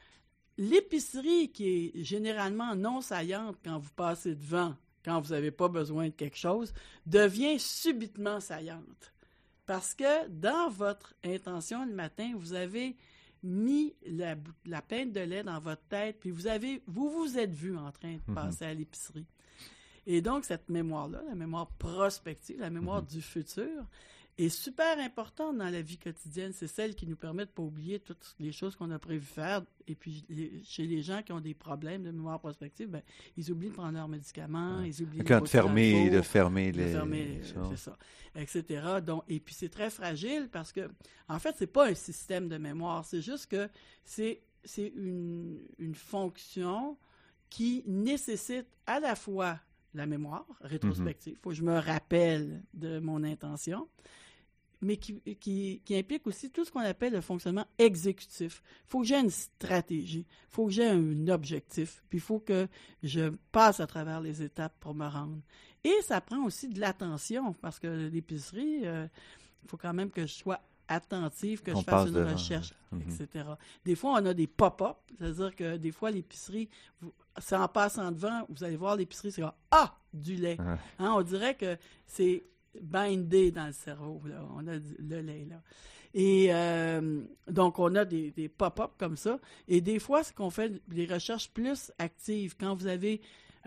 l'épicerie qui est généralement non saillante quand vous passez devant, quand vous n'avez pas besoin de quelque chose, devient subitement saillante. Parce que dans votre intention le matin, vous avez mis la, la pinte de lait dans votre tête, puis vous avez, vous vous êtes vu en train de passer mm-hmm. à l'épicerie. Et donc, cette mémoire-là, la mémoire prospective, la mémoire mm-hmm. du futur, est super importante dans la vie quotidienne. C'est celle qui nous permet de ne pas oublier toutes les choses qu'on a prévu faire. Et puis, les, chez les gens qui ont des problèmes de mémoire prospective, ben, ils oublient de prendre leurs médicaments, ouais. ils oublient de fermer, de fermer de les... fermer, c'est ça, et cetera. Donc, et puis, c'est très fragile parce que, en fait, c'est pas un système de mémoire. C'est juste que c'est, c'est une, une fonction qui nécessite à la fois la mémoire rétrospective. Il mm-hmm. faut que je me rappelle de mon intention, mais qui, qui, qui implique aussi tout ce qu'on appelle le fonctionnement exécutif. Il faut que j'ai une stratégie, il faut que j'ai un objectif, puis il faut que je passe à travers les étapes pour me rendre. Et ça prend aussi de l'attention, parce que l'épicerie, euh, il faut quand même que je sois attentive, que on je fasse une devant, recherche, ouais. et cetera. Des fois, on a des pop-up, c'est-à-dire que des fois, l'épicerie, vous, c'est en passant devant, vous allez voir l'épicerie, c'est comme « Ah! Du lait! Ouais. » Hein, on dirait que c'est bindé dans le cerveau, là. On a du, le lait, là. Et euh, donc, on a des, des pop-up comme ça. Et des fois, c'est qu'on fait des recherches plus actives. Quand vous avez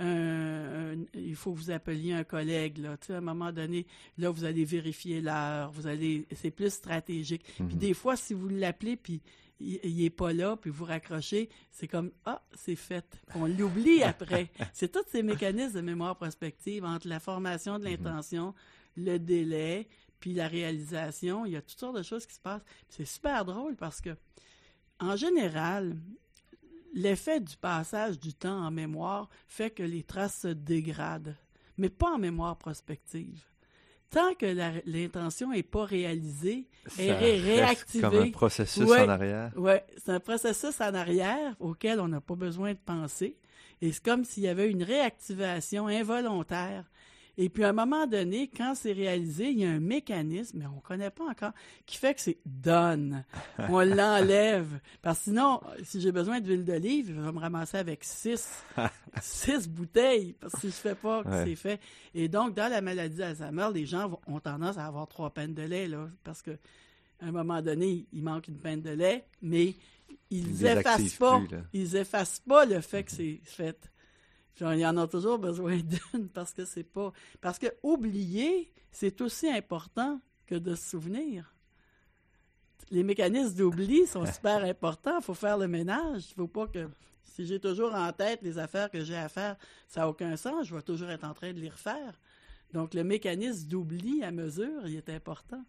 Un, un, il faut que vous appeliez un collègue, là. Tu sais, à un moment donné, là, vous allez vérifier l'heure, vous allez, c'est plus stratégique. Mm-hmm. Puis des fois, si vous l'appelez, puis il n'est pas là, puis vous raccrochez, c'est comme, ah, c'est fait. On l'oublie après. C'est tous ces mécanismes de mémoire prospective entre la formation de l'intention, mm-hmm. le délai, puis la réalisation. Il y a toutes sortes de choses qui se passent. Puis c'est super drôle parce que, en général, l'effet du passage du temps en mémoire fait que les traces se dégradent, mais pas en mémoire prospective. Tant que la, l'intention n'est pas réalisée, ça elle est réactivée. Comme un processus ouais, en arrière. Oui, c'est un processus en arrière auquel on n'a pas besoin de penser. Et c'est comme s'il y avait une réactivation involontaire. Et puis, à un moment donné, quand c'est réalisé, il y a un mécanisme, mais on ne connaît pas encore, qui fait que c'est « done ». On l'enlève. Parce que sinon, si j'ai besoin d'huile d'olive, je vais me ramasser avec six, six bouteilles, parce que si je ne fais pas que ouais. c'est fait. Et donc, dans la maladie d'Alzheimer, les gens ont tendance à avoir trois pintes de lait, là, parce qu'à un moment donné, il manque une pinte de lait, mais ils n'effacent pas, plus, ils effacent pas le fait que c'est fait. Genre, il y en a toujours besoin d'une parce que c'est pas... Parce que oublier, c'est aussi important que de se souvenir. Les mécanismes d'oubli sont super importants. Il faut faire le ménage. Il ne faut pas que Si j'ai toujours en tête les affaires que j'ai à faire, ça n'a aucun sens. Je vais toujours être en train de les refaire. Donc, le mécanisme d'oubli à mesure, il est important.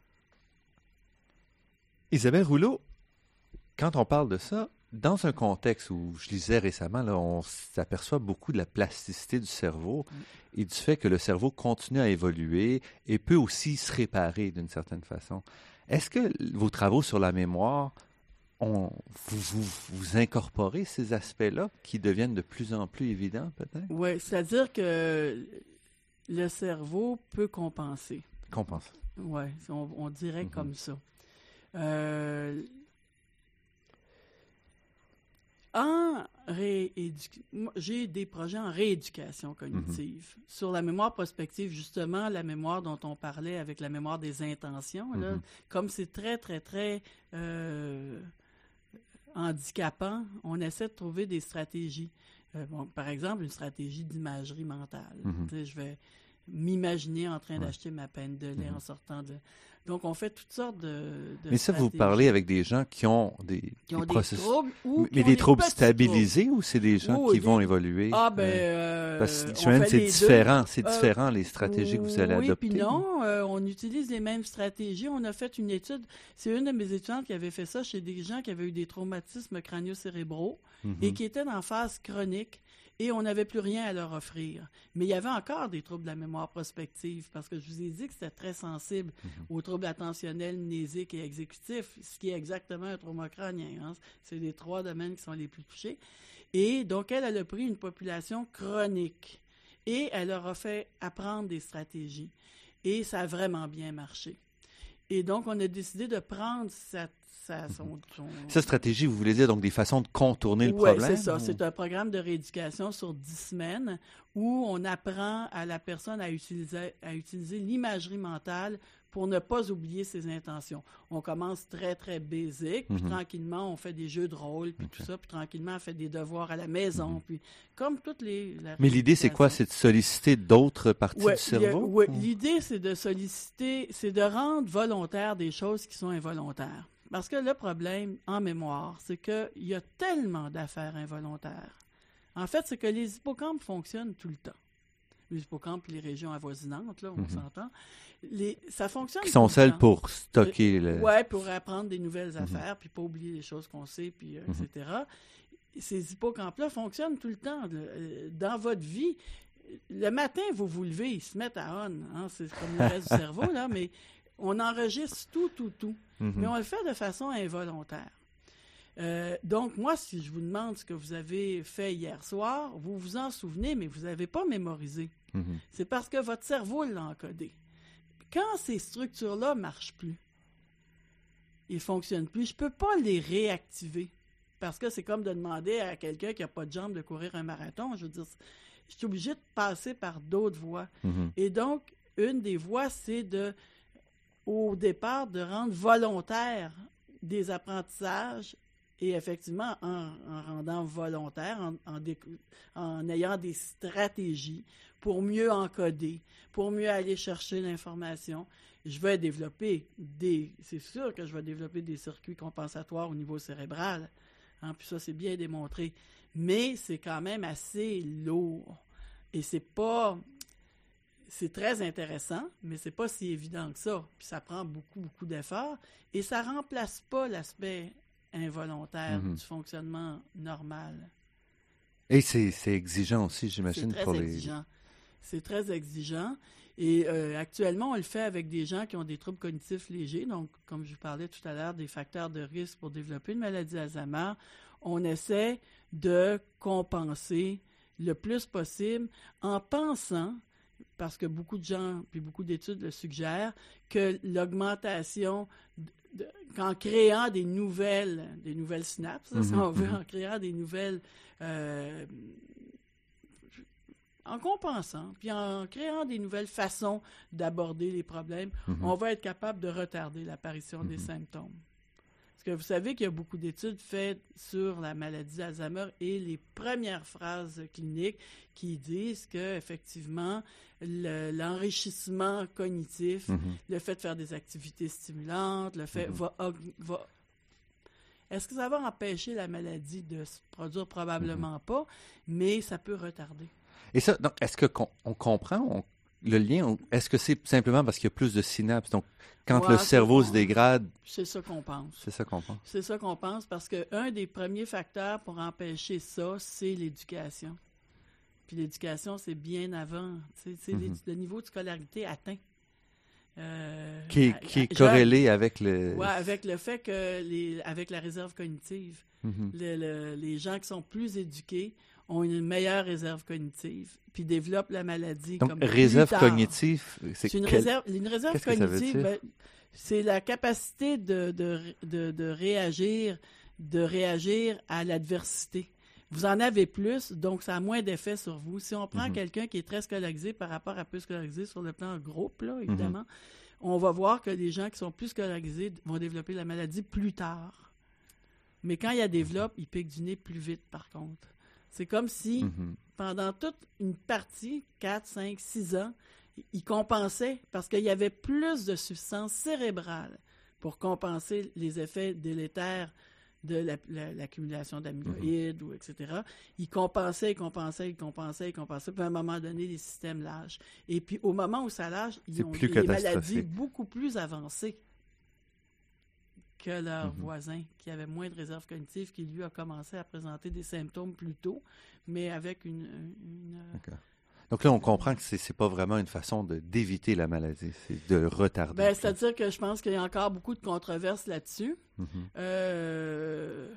Isabelle Rouleau, quand on parle de ça, dans un contexte où je lisais récemment, là, on s'aperçoit beaucoup de la plasticité du cerveau mm. et du fait que le cerveau continue à évoluer et peut aussi se réparer d'une certaine façon. Est-ce que vos travaux sur la mémoire, on, vous, vous, vous incorporez ces aspects-là qui deviennent de plus en plus évidents, peut-être? Oui, c'est-à-dire que le cerveau peut compenser. Compenser. Oui, on, on dirait mm-hmm. comme ça. Euh, en rééducation, j'ai des projets en rééducation cognitive mm-hmm. sur la mémoire prospective, justement la mémoire dont on parlait avec la mémoire des intentions. Là, mm-hmm. Comme c'est très, très, très euh, handicapant, on essaie de trouver des stratégies. Euh, bon, par exemple, une stratégie d'imagerie mentale. Mm-hmm. Tu sais, je vais m'imaginer en train ouais. d'acheter ma pinte de lait mm-hmm. en sortant de... Donc, on fait toutes sortes de, de Mais ça, stratégies. Vous parlez avec des gens qui ont des, qui ont des, des processus... troubles ou Mais qui des ont troubles des stabilisés troubles. ou c'est des gens ou qui des... vont évoluer? Ah, ben... Euh, Parce que c'est différent, c'est différent euh, les stratégies que vous allez oui, adopter. Oui, puis non, euh, on utilise les mêmes stratégies. On a fait une étude, c'est une de mes étudiantes qui avait fait ça chez des gens qui avaient eu des traumatismes crânio-cérébraux mm-hmm. et qui étaient en phase chronique. Et on n'avait plus rien à leur offrir. Mais il y avait encore des troubles de la mémoire prospective, parce que je vous ai dit que c'était très sensible mm-hmm. aux troubles attentionnels, mnésiques et exécutifs, ce qui est exactement un trauma crânien. Hein? C'est les trois domaines qui sont les plus touchés. Et donc, elle, elle a pris une population chronique et elle leur a fait apprendre des stratégies. Et ça a vraiment bien marché. Et donc, on a décidé de prendre cette Ça, son, son... Cette stratégie, vous voulez dire donc des façons de contourner le ouais, problème? Oui, c'est ça. Ou... C'est un programme de rééducation sur dix semaines où on apprend à la personne à utiliser, à utiliser l'imagerie mentale pour ne pas oublier ses intentions. On commence très, très basique, puis mm-hmm. tranquillement, on fait des jeux de rôle, puis okay. tout ça, puis tranquillement, on fait des devoirs à la maison, mm-hmm. puis comme toutes les... Mais l'idée, c'est quoi? C'est de solliciter d'autres parties ouais, du cerveau? Oui, ou... l'idée, c'est de solliciter, c'est de rendre volontaires des choses qui sont involontaires. Parce que le problème en mémoire, c'est qu'il y a tellement d'affaires involontaires. En fait, c'est que les hippocampes fonctionnent tout le temps. Les hippocampes et les régions avoisinantes, là, on mm-hmm. s'entend. Les, ça fonctionne Qui sont celles pour stocker euh, le... Oui, pour apprendre des nouvelles affaires, mm-hmm. puis pas oublier les choses qu'on sait, puis euh, mm-hmm. et cetera. Ces hippocampes-là fonctionnent tout le temps. Dans votre vie, le matin, vous vous levez, ils se mettent à on. Hein, c'est comme le reste du cerveau, là, mais... On enregistre tout, tout, tout, mm-hmm. mais on le fait de façon involontaire. Euh, donc, moi, si je vous demande ce que vous avez fait hier soir, vous vous en souvenez, mais vous n'avez pas mémorisé. Mm-hmm. C'est parce que votre cerveau l'a encodé. Quand ces structures-là ne marchent plus, ils ne fonctionnent plus, je ne peux pas les réactiver. Parce que c'est comme de demander à quelqu'un qui n'a pas de jambes de courir un marathon. Je veux dire, je suis obligé de passer par d'autres voies. Mm-hmm. Et donc, une des voies, c'est de... au départ, de rendre volontaire des apprentissages et effectivement, en, en rendant volontaire, en, en, dé, en ayant des stratégies pour mieux encoder, pour mieux aller chercher l'information, je vais développer des... C'est sûr que je vais développer des circuits compensatoires au niveau cérébral. Hein, puis ça, c'est bien démontré. Mais c'est quand même assez lourd. Et c'est pas... C'est très intéressant, mais c'est pas si évident que ça. Puis ça prend beaucoup, beaucoup d'efforts. Et ça remplace pas l'aspect involontaire mm-hmm. du fonctionnement normal. Et c'est, c'est exigeant aussi, j'imagine, c'est très pour exigeant. les... C'est très exigeant. Et euh, actuellement, on le fait avec des gens qui ont des troubles cognitifs légers. Donc, comme je vous parlais tout à l'heure, des facteurs de risque pour développer une maladie d'Alzheimer. On essaie de compenser le plus possible en pensant, parce que beaucoup de gens, puis beaucoup d'études le suggèrent, que l'augmentation, de, de, qu'en créant des nouvelles, des nouvelles synapses, mm-hmm, si on veut, mm-hmm. en créant des nouvelles, euh, en compensant, puis en créant des nouvelles façons d'aborder les problèmes, mm-hmm. on va être capable de retarder l'apparition mm-hmm. des symptômes. Parce que vous savez qu'il y a beaucoup d'études faites sur la maladie d'Alzheimer et les premières phrases cliniques qui disent qu'effectivement, le, l'enrichissement cognitif, mm-hmm. le fait de faire des activités stimulantes, le fait mm-hmm. va, va Est-ce que ça va empêcher la maladie de se produire? Probablement mm-hmm. pas, mais ça peut retarder. Et ça, donc, est-ce que qu'on, on comprend on, le lien? On, est-ce que c'est simplement parce qu'il y a plus de synapses? Donc, quand ouais, le cerveau se dégrade... C'est ça qu'on pense. C'est ça qu'on pense. C'est ça qu'on pense parce qu'un des premiers facteurs pour empêcher ça, c'est l'éducation. Puis l'éducation, c'est bien avant. C'est, c'est mm-hmm. le niveau de scolarité atteint. Euh, qui est, qui est corrélé jeune, avec le... Oui, avec le fait que, les, avec la réserve cognitive, mm-hmm. le, le, les gens qui sont plus éduqués ont une meilleure réserve cognitive, puis développent la maladie. Donc, comme réserve cognitive, c'est, c'est une, quel... réserve, une réserve Qu'est-ce cognitive, ben, c'est la capacité de, de, de, de réagir, de réagir à l'adversité. Vous en avez plus, donc ça a moins d'effet sur vous. Si on prend mm-hmm. quelqu'un qui est très scolarisé par rapport à peu scolarisé sur le plan groupe, là, évidemment, mm-hmm. on va voir que les gens qui sont plus scolarisés vont développer la maladie plus tard. Mais quand ils la développent, ils piquent du nez plus vite, par contre. C'est comme si, mm-hmm. pendant toute une partie, quatre, cinq, six ans, ils compensaient parce qu'il y avait plus de substances cérébrales pour compenser les effets délétères de la, la, l'accumulation d'amyloïdes, mm-hmm. ou et cetera. Ils compensaient, ils compensaient, ils compensaient, ils compensaient, puis à un moment donné, les systèmes lâchent. Et puis, au moment où ça lâche, ils C'est ont plus des maladies beaucoup plus avancées que leurs mm-hmm. voisins, qui avaient moins de réserve cognitive, qui, lui, a commencé à présenter des symptômes plus tôt, mais avec une... une D'accord. Donc là, on comprend que c'est, c'est pas vraiment une façon de, d'éviter la maladie, c'est de retarder. Ben, c'est-à-dire que je pense qu'il y a encore beaucoup de controverses là-dessus. Mm-hmm. Euh,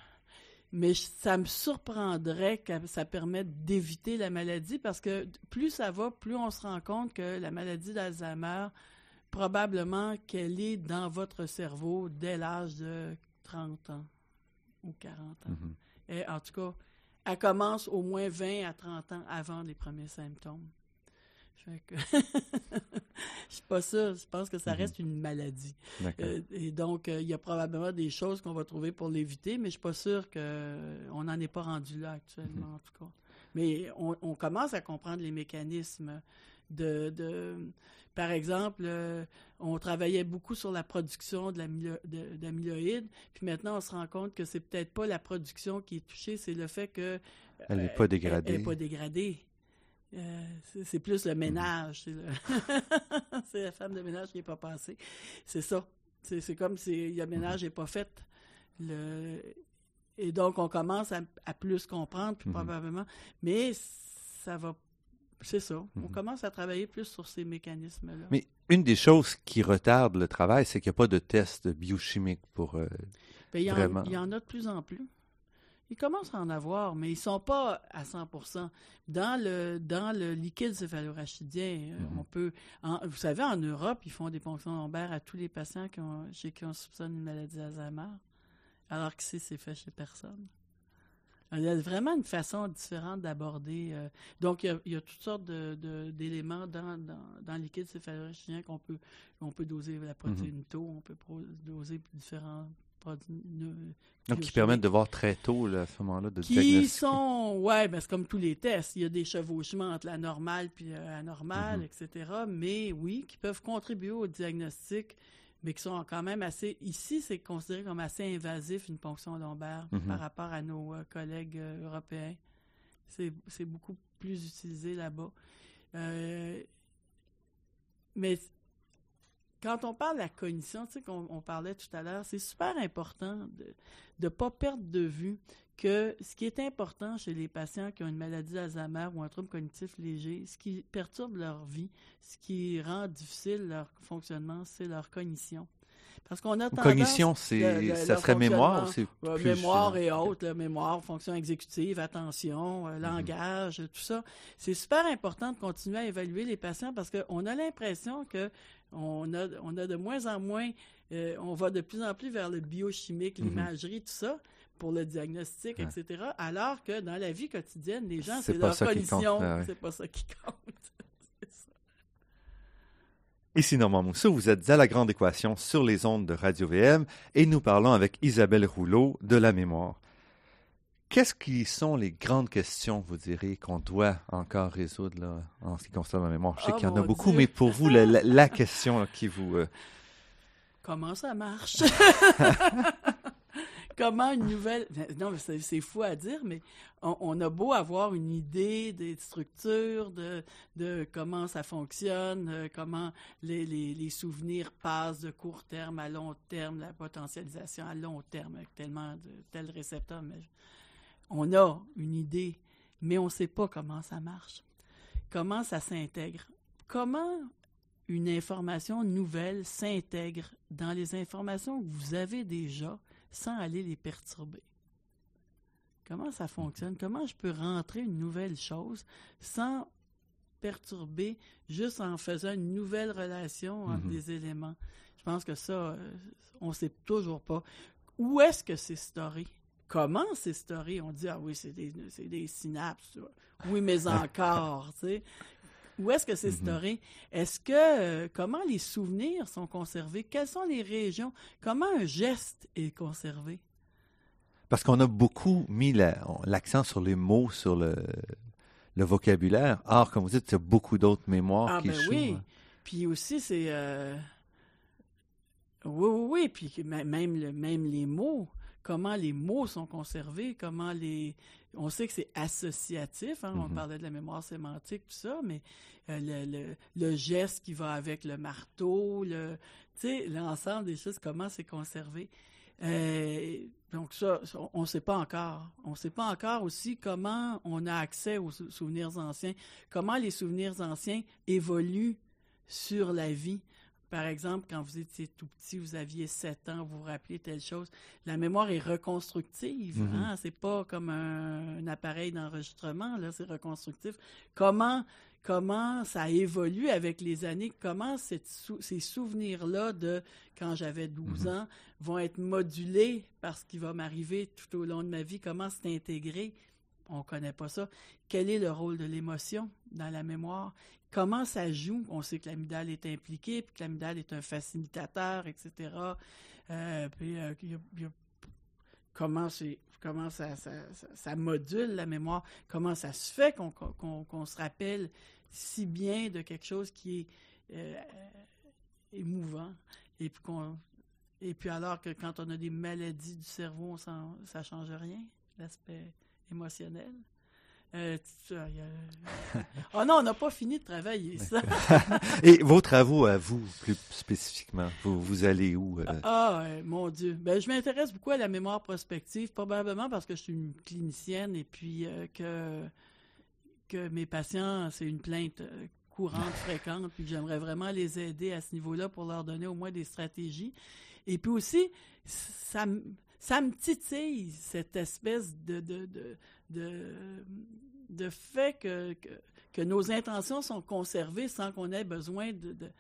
mais ça me surprendrait que ça permette d'éviter la maladie parce que plus ça va, plus on se rend compte que la maladie d'Alzheimer, probablement qu'elle est dans votre cerveau dès l'âge de trente ans ou quarante ans. Mm-hmm. Et en tout cas, elle commence au moins vingt à trente ans avant les premiers symptômes. Fait que je suis pas sûre. Je pense que ça reste une maladie. Euh, et donc, euh, il y a probablement des choses qu'on va trouver pour l'éviter, mais je suis pas sûre qu'on n'en est pas rendu là actuellement, mm-hmm. en tout cas. Mais on, on commence à comprendre les mécanismes de... de par exemple, euh, on travaillait beaucoup sur la production de l'amylo- de, d'amyloïdes, puis maintenant, on se rend compte que c'est peut-être pas la production qui est touchée, c'est le fait que... Elle n'est pas dégradée. Elle n'est pas dégradée. Euh, c'est, c'est plus le ménage. Mm-hmm. C'est, le c'est la femme de ménage qui n'est pas passée. C'est ça. C'est, c'est comme si le ménage n'est mm-hmm. pas fait. Le... Et donc, on commence à, à plus comprendre, puis mm-hmm. probablement... Mais ça va... C'est ça. Mm-hmm. On commence à travailler plus sur ces mécanismes-là. Mais une des choses qui retarde le travail, c'est qu'il n'y a pas de test biochimique pour euh, ben, il y en, vraiment... Il y en a de plus en plus. Ils commencent à en avoir, mais ils ne sont pas à cent pour cent. Dans le, dans le liquide céphalorachidien, mm-hmm. on peut... En, vous savez, en Europe, ils font des ponctions lombaires à tous les patients qui ont, chez qui on soupçonne une maladie d'Alzheimer, alors que c'est, c'est fait chez personne. Il y a vraiment une façon différente d'aborder. Euh, donc, il y, a, il y a toutes sortes de, de, d'éléments dans, dans, dans le liquide céphalorachidien qu'on peut, on peut doser la protéine mm-hmm. tau, on peut pro- doser différents protéines. Donc, qui permettent de voir très tôt, là, à ce moment-là, de qui diagnostiquer. Qui sont, oui, ben, c'est comme tous les tests. Il y a des chevauchements entre la normale et la anormale, mm-hmm. et cetera. Mais oui, qui peuvent contribuer au diagnostic, mais qui sont quand même assez... Ici, c'est considéré comme assez invasif, une ponction lombaire, mm-hmm. par rapport à nos euh, collègues euh, européens. C'est, c'est beaucoup plus utilisé là-bas. Euh, mais quand on parle de la cognition, tu sais, qu'on on parlait tout à l'heure, c'est super important de ne pas perdre de vue que ce qui est important chez les patients qui ont une maladie d'Alzheimer ou un trouble cognitif léger, ce qui perturbe leur vie, ce qui rend difficile leur fonctionnement, c'est leur cognition. Parce qu'on a tendance... Cognition, c'est, de, de, ça serait mémoire ou c'est euh, plus... Mémoire et autres, là, mémoire, fonction exécutive, attention, euh, mm-hmm. langage, tout ça. C'est super important de continuer à évaluer les patients parce qu'on a l'impression que on a, on a de moins en moins... Euh, on va de plus en plus vers le biochimique, mm-hmm. l'imagerie, tout ça, pour le diagnostic, ouais. et cetera. Alors que dans la vie quotidienne, les gens, c'est, c'est leur cognition. Ah, ouais. C'est pas ça qui compte. Ici Normand Mousseau, vous êtes à La Grande Équation sur les ondes de Radio-V M et nous parlons avec Isabelle Rouleau de la mémoire. Qu'est-ce qui sont les grandes questions, vous direz, qu'on doit encore résoudre là, en ce qui concerne la mémoire? Je sais oh, qu'il y en a beaucoup, Dieu. Mais pour vous, la, la, la question là, qui vous... Euh... Comment ça marche? comment une nouvelle... Non, mais c'est, c'est fou à dire, mais on, on a beau avoir une idée des structures, de, de comment ça fonctionne, euh, comment les, les, les souvenirs passent de court terme à long terme, la potentialisation à long terme, avec tellement de tels récepteurs. Mais on a une idée, mais on ne sait pas comment ça marche, comment ça s'intègre. Comment une information nouvelle s'intègre dans les informations que vous avez déjà sans aller les perturber. Comment ça fonctionne? Comment je peux rentrer une nouvelle chose sans perturber, juste en faisant une nouvelle relation entre mm-hmm. des éléments? Je pense que ça, euh, on ne sait toujours pas. Où est-ce que c'est storé? Comment c'est storé? On dit, ah oui, c'est des, c'est des synapses. Oui, mais encore, tu sais. Où est-ce que c'est mm-hmm. storé? Est-ce que, euh, comment les souvenirs sont conservés? Quelles sont les régions? Comment un geste est conservé? Parce qu'on a beaucoup mis la, l'accent sur les mots, sur le, le vocabulaire. Or, comme vous dites, il y a beaucoup d'autres mémoires ah, qui ben échouent. Oui, puis aussi, c'est... Euh... Oui, oui, oui, puis même, le, même les mots, comment les mots sont conservés, comment les... On sait que c'est associatif, hein, mm-hmm. on parlait de la mémoire sémantique, tout ça, mais euh, le, le, le geste qui va avec le marteau, le, tu sais, l'ensemble des choses, comment c'est conservé. Euh, donc ça, on ne sait pas encore. On ne sait pas encore aussi comment on a accès aux sou- souvenirs anciens, comment les souvenirs anciens évoluent sur la vie. Par exemple, quand vous étiez tout petit, vous aviez sept ans, vous vous rappelez telle chose. La mémoire est reconstructive. Mm-hmm. Hein? C'est pas comme un, un appareil d'enregistrement, là, c'est reconstructif. Comment, comment ça évolue avec les années? Comment cette sou- ces souvenirs-là de quand j'avais douze mm-hmm. ans vont être modulés par ce qui va m'arriver tout au long de ma vie? Comment c'est intégré? On ne connaît pas ça. Quel est le rôle de l'émotion dans la mémoire? Comment ça joue? On sait que l'amygdale est impliquée, puis que l'amygdale est un facilitateur, et cetera. Euh, puis, euh, y a, y a, comment c'est, comment ça, ça, ça, ça module la mémoire? Comment ça se fait qu'on, qu'on, qu'on se rappelle si bien de quelque chose qui est euh, émouvant? Et puis, qu'on, et puis alors que quand on a des maladies du cerveau, ça ne change rien, l'aspect émotionnel. Euh, tu, euh, euh... oh non, on n'a pas fini de travailler ça. Et vos travaux à vous, plus spécifiquement, vous, vous allez où? Euh... Ah, euh, mon Dieu. Ben, je m'intéresse beaucoup à la mémoire prospective, probablement parce que je suis une clinicienne et puis euh, que, que mes patients, c'est une plainte euh, courante, fréquente, puis que j'aimerais vraiment les aider à ce niveau-là pour leur donner au moins des stratégies. Et puis aussi, ça me... Ça me titille, cette espèce de, de, de, de, de fait que, que, que nos intentions sont conservées sans qu'on ait besoin de, de,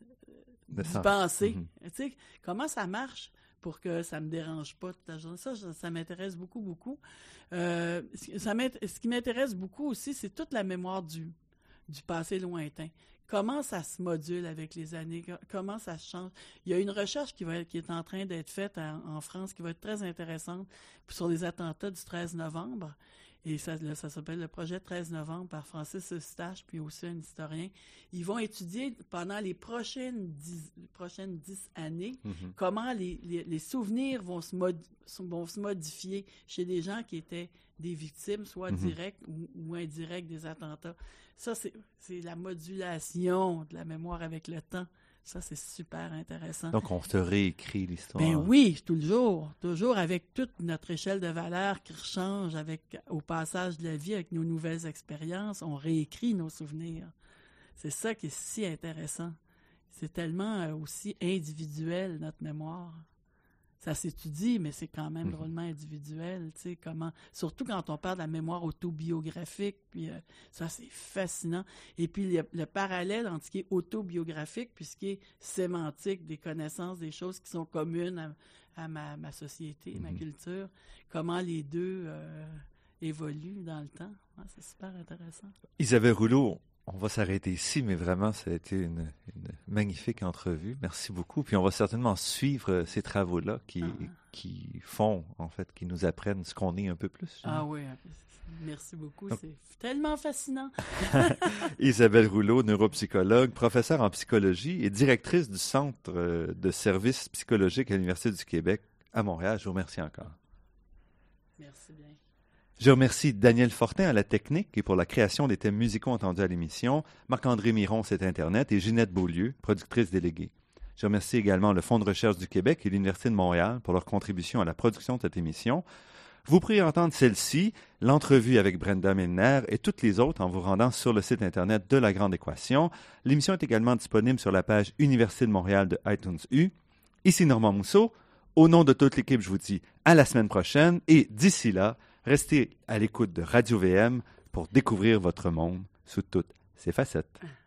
de d'y penser. Mm-hmm. Tu sais, comment ça marche pour que ça ne me dérange pas toute la journée? Ça, ça m'intéresse beaucoup, beaucoup. Euh, ça ce qui m'intéresse beaucoup aussi, c'est toute la mémoire du, du passé lointain. Comment ça se module avec les années? Comment ça se change? Il y a une recherche qui, va être, qui est en train d'être faite en, en France qui va être très intéressante sur les attentats du treize novembre. Et ça, là, ça s'appelle le projet treize novembre par Francis Eustache, puis aussi un historien. Ils vont étudier pendant les prochaines dix, prochaines dix années mm-hmm. comment les, les, les souvenirs vont se, mod, vont se modifier chez des gens qui étaient des victimes, soit mm-hmm. directes ou, ou indirectes des attentats. Ça, c'est, c'est la modulation de la mémoire avec le temps. Ça, c'est super intéressant. Donc, on se réécrit l'histoire. Ben oui, toujours. Toujours avec toute notre échelle de valeurs qui change avec, au passage de la vie, avec nos nouvelles expériences. On réécrit nos souvenirs. C'est ça qui est si intéressant. C'est tellement aussi individuel, notre mémoire. Ça s'étudie, mais c'est quand même mmh. drôlement individuel, tu sais, comment, surtout quand on parle de la mémoire autobiographique, puis euh, ça, c'est fascinant. Et puis, le, le parallèle entre ce qui est autobiographique puis ce qui est sémantique, des connaissances, des choses qui sont communes à, à ma, ma société, mmh. ma culture, comment les deux euh, évoluent dans le temps. Ouais, c'est super intéressant. Isabelle Rouleau, on va s'arrêter ici, mais vraiment, ça a été une, une magnifique entrevue. Merci beaucoup. Puis on va certainement suivre ces travaux-là qui, ah. qui font, en fait, qui nous apprennent ce qu'on est un peu plus. Ah oui, merci beaucoup. Donc, c'est tellement fascinant. Isabelle Rouleau, neuropsychologue, professeure en psychologie et directrice du Centre de services psychologiques à l'Université du Québec à Montréal. Je vous remercie encore. Merci bien. Je remercie Daniel Fortin à la technique et pour la création des thèmes musicaux entendus à l'émission, Marc-André Miron, site Internet, et Ginette Beaulieu, productrice déléguée. Je remercie également le Fonds de recherche du Québec et l'Université de Montréal pour leur contribution à la production de cette émission. Vous pourrez entendre celle-ci, l'entrevue avec Brenda Milner et toutes les autres en vous rendant sur le site Internet de La Grande Équation. L'émission est également disponible sur la page Université de Montréal de iTunes U. Ici Normand Mousseau. Au nom de toute l'équipe, je vous dis à la semaine prochaine et d'ici là, restez à l'écoute de Radio V M pour découvrir votre monde sous toutes ses facettes.